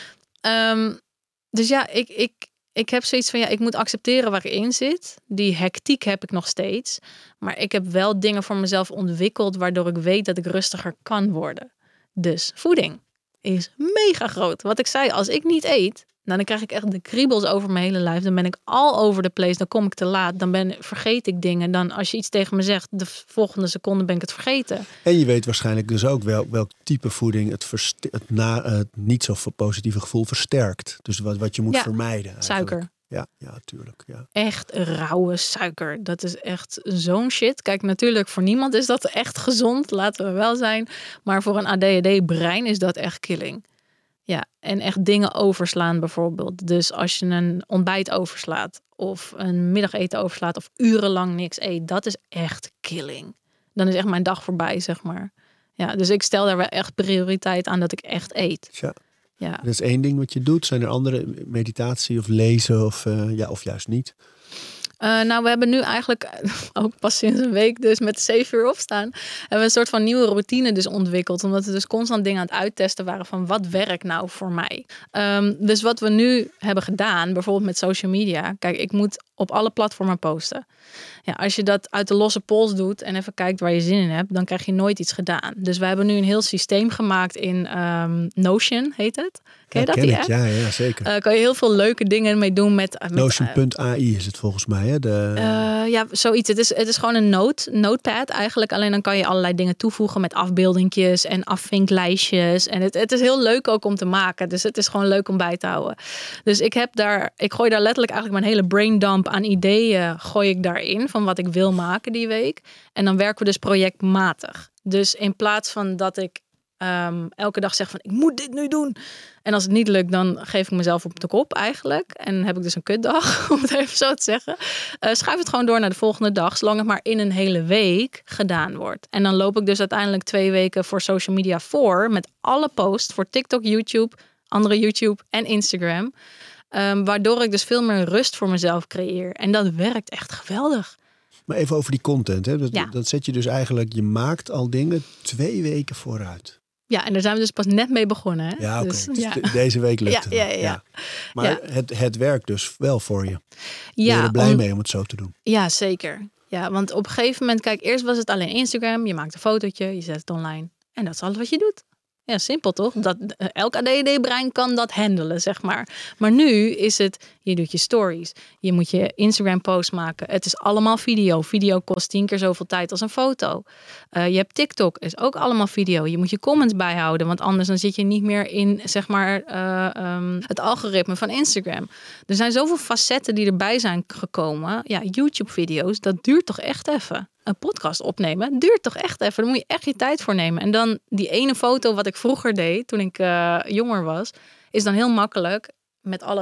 Um, dus ja, ik, ik Ik heb zoiets van, ja, ik moet accepteren waar ik in zit. Die hectiek heb ik nog steeds. Maar ik heb wel dingen voor mezelf ontwikkeld, waardoor ik weet dat ik rustiger kan worden. Dus voeding is mega groot. Wat ik zei, als ik niet eet, nou, dan krijg ik echt de kriebels over mijn hele lijf. Dan ben ik all over the place. Dan kom ik te laat. Dan ben, vergeet ik dingen. Dan als je iets tegen me zegt, de volgende seconde ben ik het vergeten. En je weet waarschijnlijk dus ook wel, welk type voeding het, verst- het, na, het niet zo positieve gevoel versterkt. Dus wat, wat je moet ja, vermijden. Eigenlijk. Suiker. Ja, ja, tuurlijk. Ja. Echt rauwe suiker. Dat is echt zo'n shit. Kijk, natuurlijk voor niemand is dat echt gezond. Laten we wel zijn. Maar voor een A D H D-brein is dat echt killing. Ja, en echt dingen overslaan bijvoorbeeld. Dus als je een ontbijt overslaat of een middageten overslaat of urenlang niks eet, dat is echt killing. Dan is echt mijn dag voorbij, zeg maar. Ja, dus ik stel daar wel echt prioriteit aan dat ik echt eet. Tja. Ja. Dat is één ding wat je doet. Zijn er andere, meditatie of lezen of, uh, ja, of juist niet? Uh, nou, we hebben nu eigenlijk ook pas sinds een week dus met zeven uur opstaan. Hebben we een soort van nieuwe routine dus ontwikkeld. Omdat we dus constant dingen aan het uittesten waren van wat werkt nou voor mij. Um, dus wat we nu hebben gedaan, bijvoorbeeld met social media. Kijk, ik moet op alle platformen posten. Ja, als je dat uit de losse pols doet en even kijkt waar je zin in hebt, dan krijg je nooit iets gedaan. Dus we hebben nu een heel systeem gemaakt in um, Notion, heet het. Ken je ja, dat? Ken Die ik. app? Ja, ja, zeker. Uh, kan je heel veel leuke dingen mee doen met... met Notion punt A I is het volgens mij, hè? De... Uh, ja, zoiets. Het is, het is gewoon een note, notepad eigenlijk. Alleen dan kan je allerlei dingen toevoegen met afbeeldingjes en afvinklijstjes. En het, het is heel leuk ook om te maken. Dus het is gewoon leuk om bij te houden. Dus ik heb daar, ik gooi daar letterlijk eigenlijk mijn hele braindump aan ideeën gooi ik daarin van wat ik wil maken die week. En dan werken we dus projectmatig. Dus in plaats van dat ik um, elke dag zeg van ik moet dit nu doen. En als het niet lukt, dan geef ik mezelf op de kop eigenlijk. En heb ik dus een kutdag, om het even zo te zeggen. Uh, schuif het gewoon door naar de volgende dag, zolang het maar in een hele week gedaan wordt. En dan loop ik dus uiteindelijk twee weken voor social media voor. Met alle posts voor TikTok, YouTube, andere YouTube en Instagram. Um, waardoor ik dus veel meer rust voor mezelf creëer. En dat werkt echt geweldig. Maar even over die content. Hè? Dat, ja. dat zet je dus eigenlijk, je maakt al dingen twee weken vooruit. Ja, en daar zijn we dus pas net mee begonnen. Hè? Ja, oké. Okay. Dus, ja. Dus deze week lukt ja, het. Ja, ja, ja. Maar ja. Het, het werkt dus wel voor je. Ja, ben je er blij om... mee om het zo te doen? Ja, zeker. Ja, want op een gegeven moment, kijk, eerst was het alleen Instagram. Je maakt een fotootje, je zet het online. En dat is alles wat je doet. Ja, simpel toch? Dat, elk A D H D-brein kan dat handelen, zeg maar. Maar nu is het, je doet je stories. Je moet je Instagram-post maken. Het is allemaal video. Video kost tien keer zoveel tijd als een foto. Uh, je hebt TikTok, is ook allemaal video. Je moet je comments bijhouden, want anders dan zit je niet meer in, zeg maar, uh, um, het algoritme van Instagram. Er zijn zoveel facetten die erbij zijn gekomen. Ja, YouTube-video's, dat duurt toch echt even. Een podcast opnemen duurt toch echt even. Daar moet je echt je tijd voor nemen. En dan die ene foto wat ik vroeger deed toen ik uh, jonger was, is dan heel makkelijk met alle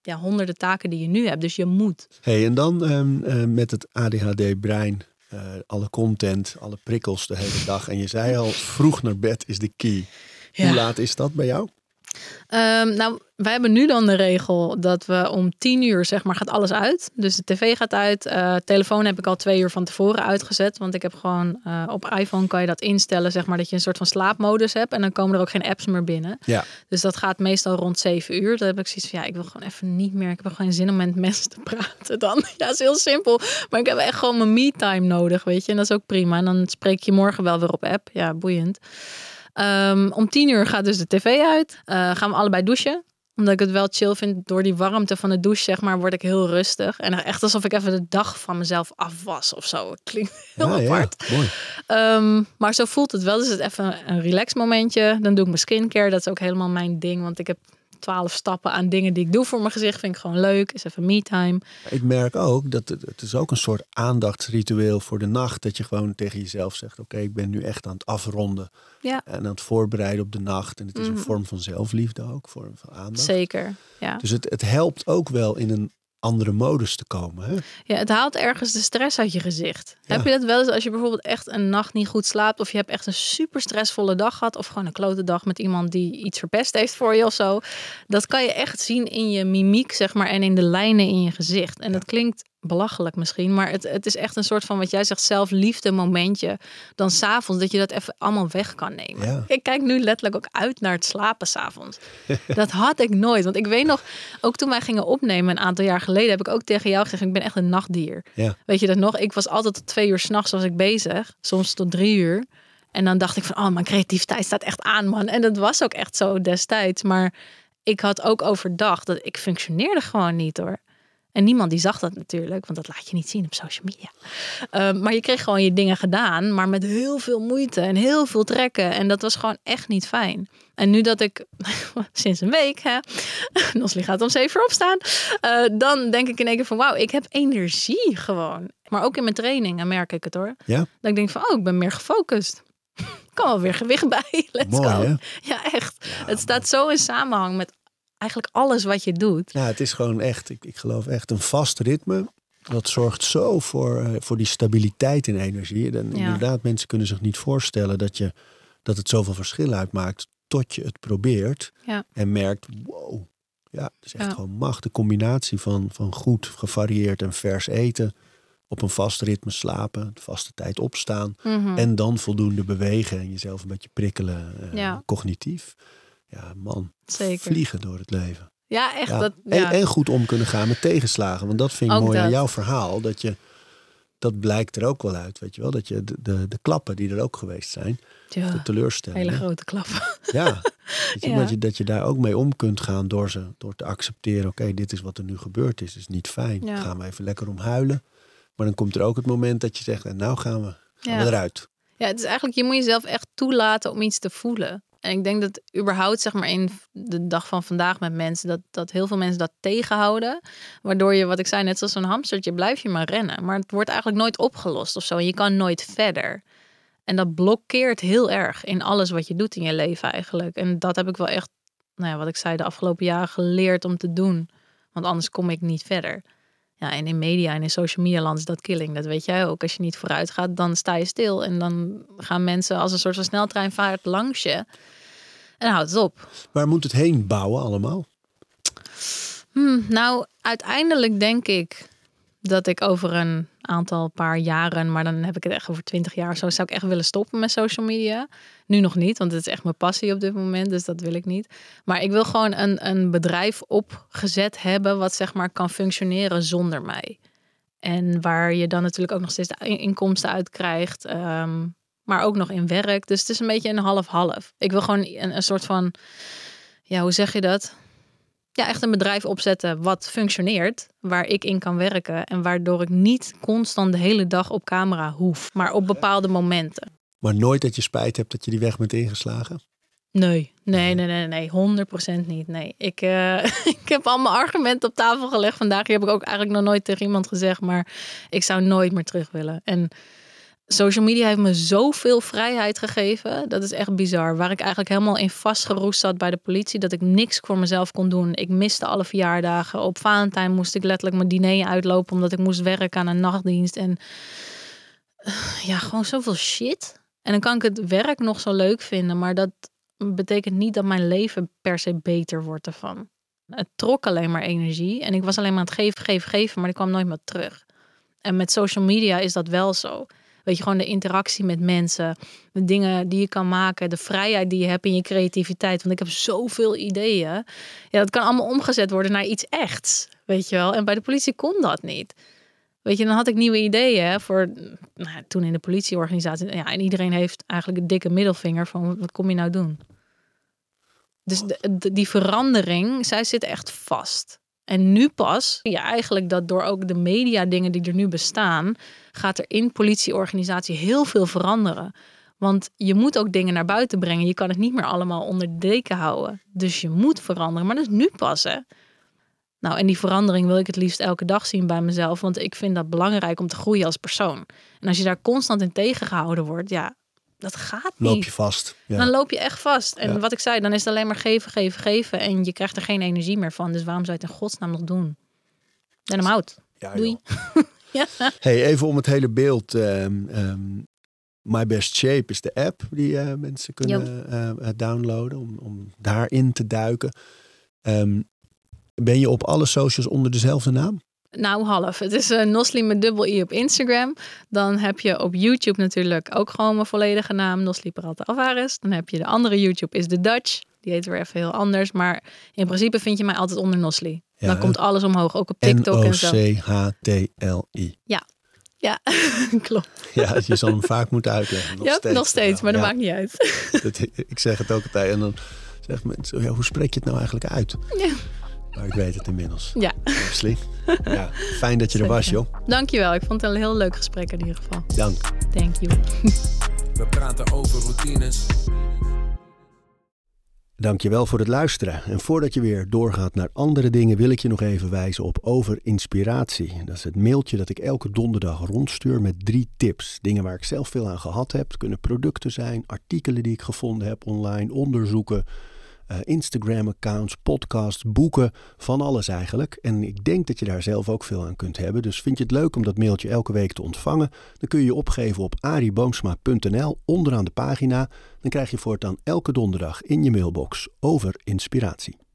ja, honderden taken die je nu hebt. Dus je moet. Hey, en dan um, uh, met het A D H D-brein, uh, alle content, alle prikkels de hele dag. En je zei al, vroeg naar bed is de key. Ja. Hoe laat is dat bij jou? Um, nou, wij hebben nu dan de regel dat we om tien uur, zeg maar, gaat alles uit. Dus de tv gaat uit. Uh, telefoon heb ik al twee uur van tevoren uitgezet. Want ik heb gewoon, uh, op iPhone kan je dat instellen, zeg maar, dat je een soort van slaapmodus hebt. En dan komen er ook geen apps meer binnen. Ja. Dus dat gaat meestal rond zeven uur. Dan heb ik zoiets van, ja, ik wil gewoon even niet meer. Ik heb geen zin om met mensen te praten dan. Ja, dat is heel simpel. Maar ik heb echt gewoon mijn me-time nodig, weet je. En dat is ook prima. En dan spreek je morgen wel weer op app. Ja, boeiend. Um, om tien uur gaat dus de tv uit. Uh, gaan we allebei douchen. Omdat ik het wel chill vind. Door die warmte van de douche, zeg maar, word ik heel rustig. En echt alsof ik even de dag van mezelf afwas of zo. Het klinkt heel ja, apart. Ja, mooi. Um, maar zo voelt het wel. Dus het is even een relax momentje. Dan doe ik mijn skincare. Dat is ook helemaal mijn ding. Want ik heb twaalf stappen aan dingen die ik doe voor mijn gezicht. Vind ik gewoon leuk. Is even me-time. Ik merk ook dat het, het is ook een soort aandachtsritueel voor de nacht. Dat je gewoon tegen jezelf zegt, oké, okay, ik ben nu echt aan het afronden. Ja. En aan het voorbereiden op de nacht. En het is mm. een vorm van zelfliefde ook. Vorm van aandacht. Zeker, ja. Dus het, het helpt ook wel in een andere modus te komen. Hè? Ja, het haalt ergens de stress uit je gezicht. Ja. Heb je dat wel eens als je bijvoorbeeld echt een nacht niet goed slaapt, of je hebt echt een super stressvolle dag gehad, of gewoon een klote dag met iemand die iets verpest heeft voor je of zo. Dat kan je echt zien in je mimiek, zeg maar, en in de lijnen in je gezicht. En ja. dat klinkt belachelijk misschien, maar het, het is echt een soort van, wat jij zegt, zelfliefde momentje. Dan 's avonds dat je dat even allemaal weg kan nemen. Ja. Ik kijk nu letterlijk ook uit naar het slapen 's avonds. Dat had ik nooit. Want ik weet nog, ook toen wij gingen opnemen een aantal jaar geleden, heb ik ook tegen jou gezegd, ik ben echt een nachtdier. Ja. Weet je dat nog? Ik was altijd tot twee uur 's nachts was ik bezig. Soms tot drie uur. En dan dacht ik van, oh, mijn creativiteit staat echt aan, man. En dat was ook echt zo destijds. Maar ik had ook overdag dat ik functioneerde gewoon niet, hoor. En niemand die zag dat natuurlijk, want dat laat je niet zien op social media. Uh, maar je kreeg gewoon je dingen gedaan, maar met heel veel moeite en heel veel trekken. En dat was gewoon echt niet fijn. En nu dat ik sinds een week, hè, Nosli gaat om zeven uur opstaan, uh, dan denk ik in één keer van, wauw, ik heb energie gewoon. Maar ook in mijn trainingen merk ik het, hoor. Ja? Dat ik denk van, oh, ik ben meer gefocust. Ik kan wel weer gewicht bij. Let's Mooi, go. Hè? Ja, echt. Ja, het staat man. Zo in samenhang met eigenlijk alles wat je doet. Ja, het is gewoon echt, ik, ik geloof echt een vast ritme. Dat zorgt zo voor, uh, voor die stabiliteit in energie. En ja. inderdaad, mensen kunnen zich niet voorstellen dat, je, dat het zoveel verschil uitmaakt tot je het probeert. Ja. En merkt, wow, ja, het is echt ja. gewoon macht. De combinatie van, van goed, gevarieerd en vers eten. Op een vast ritme slapen, de vaste tijd opstaan. Mm-hmm. En dan voldoende bewegen en jezelf een beetje prikkelen, uh, ja. cognitief. Ja, man, Zeker. Vliegen door het leven. Ja, echt. Ja. Dat, ja. En, en goed om kunnen gaan met tegenslagen. Want dat vind ik ook mooi dat. Aan jouw verhaal. Dat, je, dat blijkt er ook wel uit, weet je wel. Dat je de, de, de klappen die er ook geweest zijn. Ja, de teleurstellingen. Hele grote klappen. Ja, je, ja. Dat, je, dat je daar ook mee om kunt gaan door, ze, door te accepteren. Oké, okay, dit is wat er nu gebeurd is. Is niet fijn. Ja. Gaan we even lekker om huilen. Maar dan komt er ook het moment dat je zegt, en nou gaan we, gaan ja. we eruit. Ja, het is eigenlijk, je moet jezelf echt toelaten om iets te voelen. En ik denk dat überhaupt, zeg maar, in de dag van vandaag met mensen, dat, dat heel veel mensen dat tegenhouden. Waardoor je, wat ik zei, net zoals zo'n hamstertje, blijf je maar rennen. Maar het wordt eigenlijk nooit opgelost of zo. En je kan nooit verder. En dat blokkeert heel erg in alles wat je doet in je leven eigenlijk. En dat heb ik wel echt, nou ja, wat ik zei, de afgelopen jaren geleerd om te doen. Want anders kom ik niet verder. Ja, en in media en in social media land is dat killing. Dat weet jij ook. Als je niet vooruit gaat, dan sta je stil. En dan gaan mensen als een soort van sneltreinvaart langs je. En houdt het op. Waar moet het heen bouwen allemaal? Hmm, nou, uiteindelijk denk ik dat ik over een aantal paar jaren, maar dan heb ik het echt over twintig jaar zo, zou ik echt willen stoppen met social media. Nu nog niet, want het is echt mijn passie op dit moment, dus dat wil ik niet. Maar ik wil gewoon een, een bedrijf opgezet hebben wat, zeg maar, kan functioneren zonder mij. En waar je dan natuurlijk ook nog steeds de inkomsten uit krijgt, um, maar ook nog in werk. Dus het is een beetje een half-half. Ik wil gewoon een, een soort van, ja, hoe zeg je dat? Ja, echt een bedrijf opzetten wat functioneert, waar ik in kan werken en waardoor ik niet constant de hele dag op camera hoef, maar op bepaalde momenten. Maar nooit dat je spijt hebt dat je die weg bent ingeslagen? Nee, nee, nee, nee, nee, honderd procent niet. Nee, ik, uh, ik heb al mijn argumenten op tafel gelegd vandaag. Die heb ik ook eigenlijk nog nooit tegen iemand gezegd, maar ik zou nooit meer terug willen. En Social media heeft me zoveel vrijheid gegeven. Dat is echt bizar. Waar ik eigenlijk helemaal in vastgeroest zat bij de politie. Dat ik niks voor mezelf kon doen. Ik miste alle verjaardagen. Op Valentijn moest ik letterlijk mijn diner uitlopen. Omdat ik moest werken aan een nachtdienst. En ja, gewoon zoveel shit. En dan kan ik het werk nog zo leuk vinden. Maar dat betekent niet dat mijn leven per se beter wordt ervan. Het trok alleen maar energie. En ik was alleen maar aan het geven, geven, geven. Maar ik kwam nooit meer terug. En met social media is dat wel zo. Weet je, gewoon de interactie met mensen. De dingen die je kan maken. De vrijheid die je hebt in je creativiteit. Want ik heb zoveel ideeën. Ja, dat kan allemaal omgezet worden naar iets echts. Weet je wel. En bij de politie kon dat niet. Weet je, dan had ik nieuwe ideeën voor, nou, toen in de politieorganisatie. Ja, en iedereen heeft eigenlijk een dikke middelvinger van, wat kom je nou doen? Dus de, de, die verandering, zij zit echt vast. En nu pas, ja, eigenlijk dat door ook de media dingen die er nu bestaan, gaat er in politieorganisatie heel veel veranderen. Want je moet ook dingen naar buiten brengen. Je kan het niet meer allemaal onder de deken houden. Dus je moet veranderen. Maar dat is nu pas, hè. Nou, en die verandering wil ik het liefst elke dag zien bij mezelf. Want ik vind dat belangrijk om te groeien als persoon. En als je daar constant in tegengehouden wordt, ja, dat gaat niet. Loop je vast. Ja. Dan loop je echt vast. En ja. wat ik zei, dan is het alleen maar geven, geven, geven. En je krijgt er geen energie meer van. Dus waarom zou je het in godsnaam nog doen? En hem oud. Ja, Doei. ja. Hey, even om het hele beeld. Um, um, My Best Shape is de app die uh, mensen kunnen uh, downloaden. Om, om daarin te duiken. Um, ben je op alle socials onder dezelfde naam? Nou, half. Het is uh, Nosli met dubbel i op Instagram. Dan heb je op YouTube natuurlijk ook gewoon mijn volledige naam. Nosli Peralta Alvarez. Dan heb je de andere YouTube is The Dutch. Die heet weer even heel anders. Maar in principe vind je mij altijd onder Nosli. Ja, dan komt alles omhoog. Ook op TikTok en zo. N O C H T L I. Ja. Ja, klopt. Ja, je zal hem vaak moeten uitleggen. Nog ja, steeds, nog steeds. Maar ja. dat maakt niet uit. Dat, ik zeg het ook altijd. En dan zeggen mensen, ja, hoe spreek je het nou eigenlijk uit? Ja. Maar ik weet het inmiddels. Ja. Nosli. Ja, fijn dat je er was, joh. Dankjewel. Ik vond het een heel leuk gesprek in ieder geval. Dank. Thank you. We praten over routines. Dankjewel voor het luisteren. En voordat je weer doorgaat naar andere dingen, wil ik je nog even wijzen op Over Inspiratie. Dat is het mailtje dat ik elke donderdag rondstuur met drie tips. Dingen waar ik zelf veel aan gehad heb. Het kunnen producten zijn, artikelen die ik gevonden heb online, onderzoeken, uh, Instagram-accounts, podcasts, boeken, van alles eigenlijk. En ik denk dat je daar zelf ook veel aan kunt hebben. Dus vind je het leuk om dat mailtje elke week te ontvangen? Dan kun je je opgeven op arieboomsma punt n l onderaan de pagina. Dan krijg je voortaan elke donderdag in je mailbox Over Inspiratie.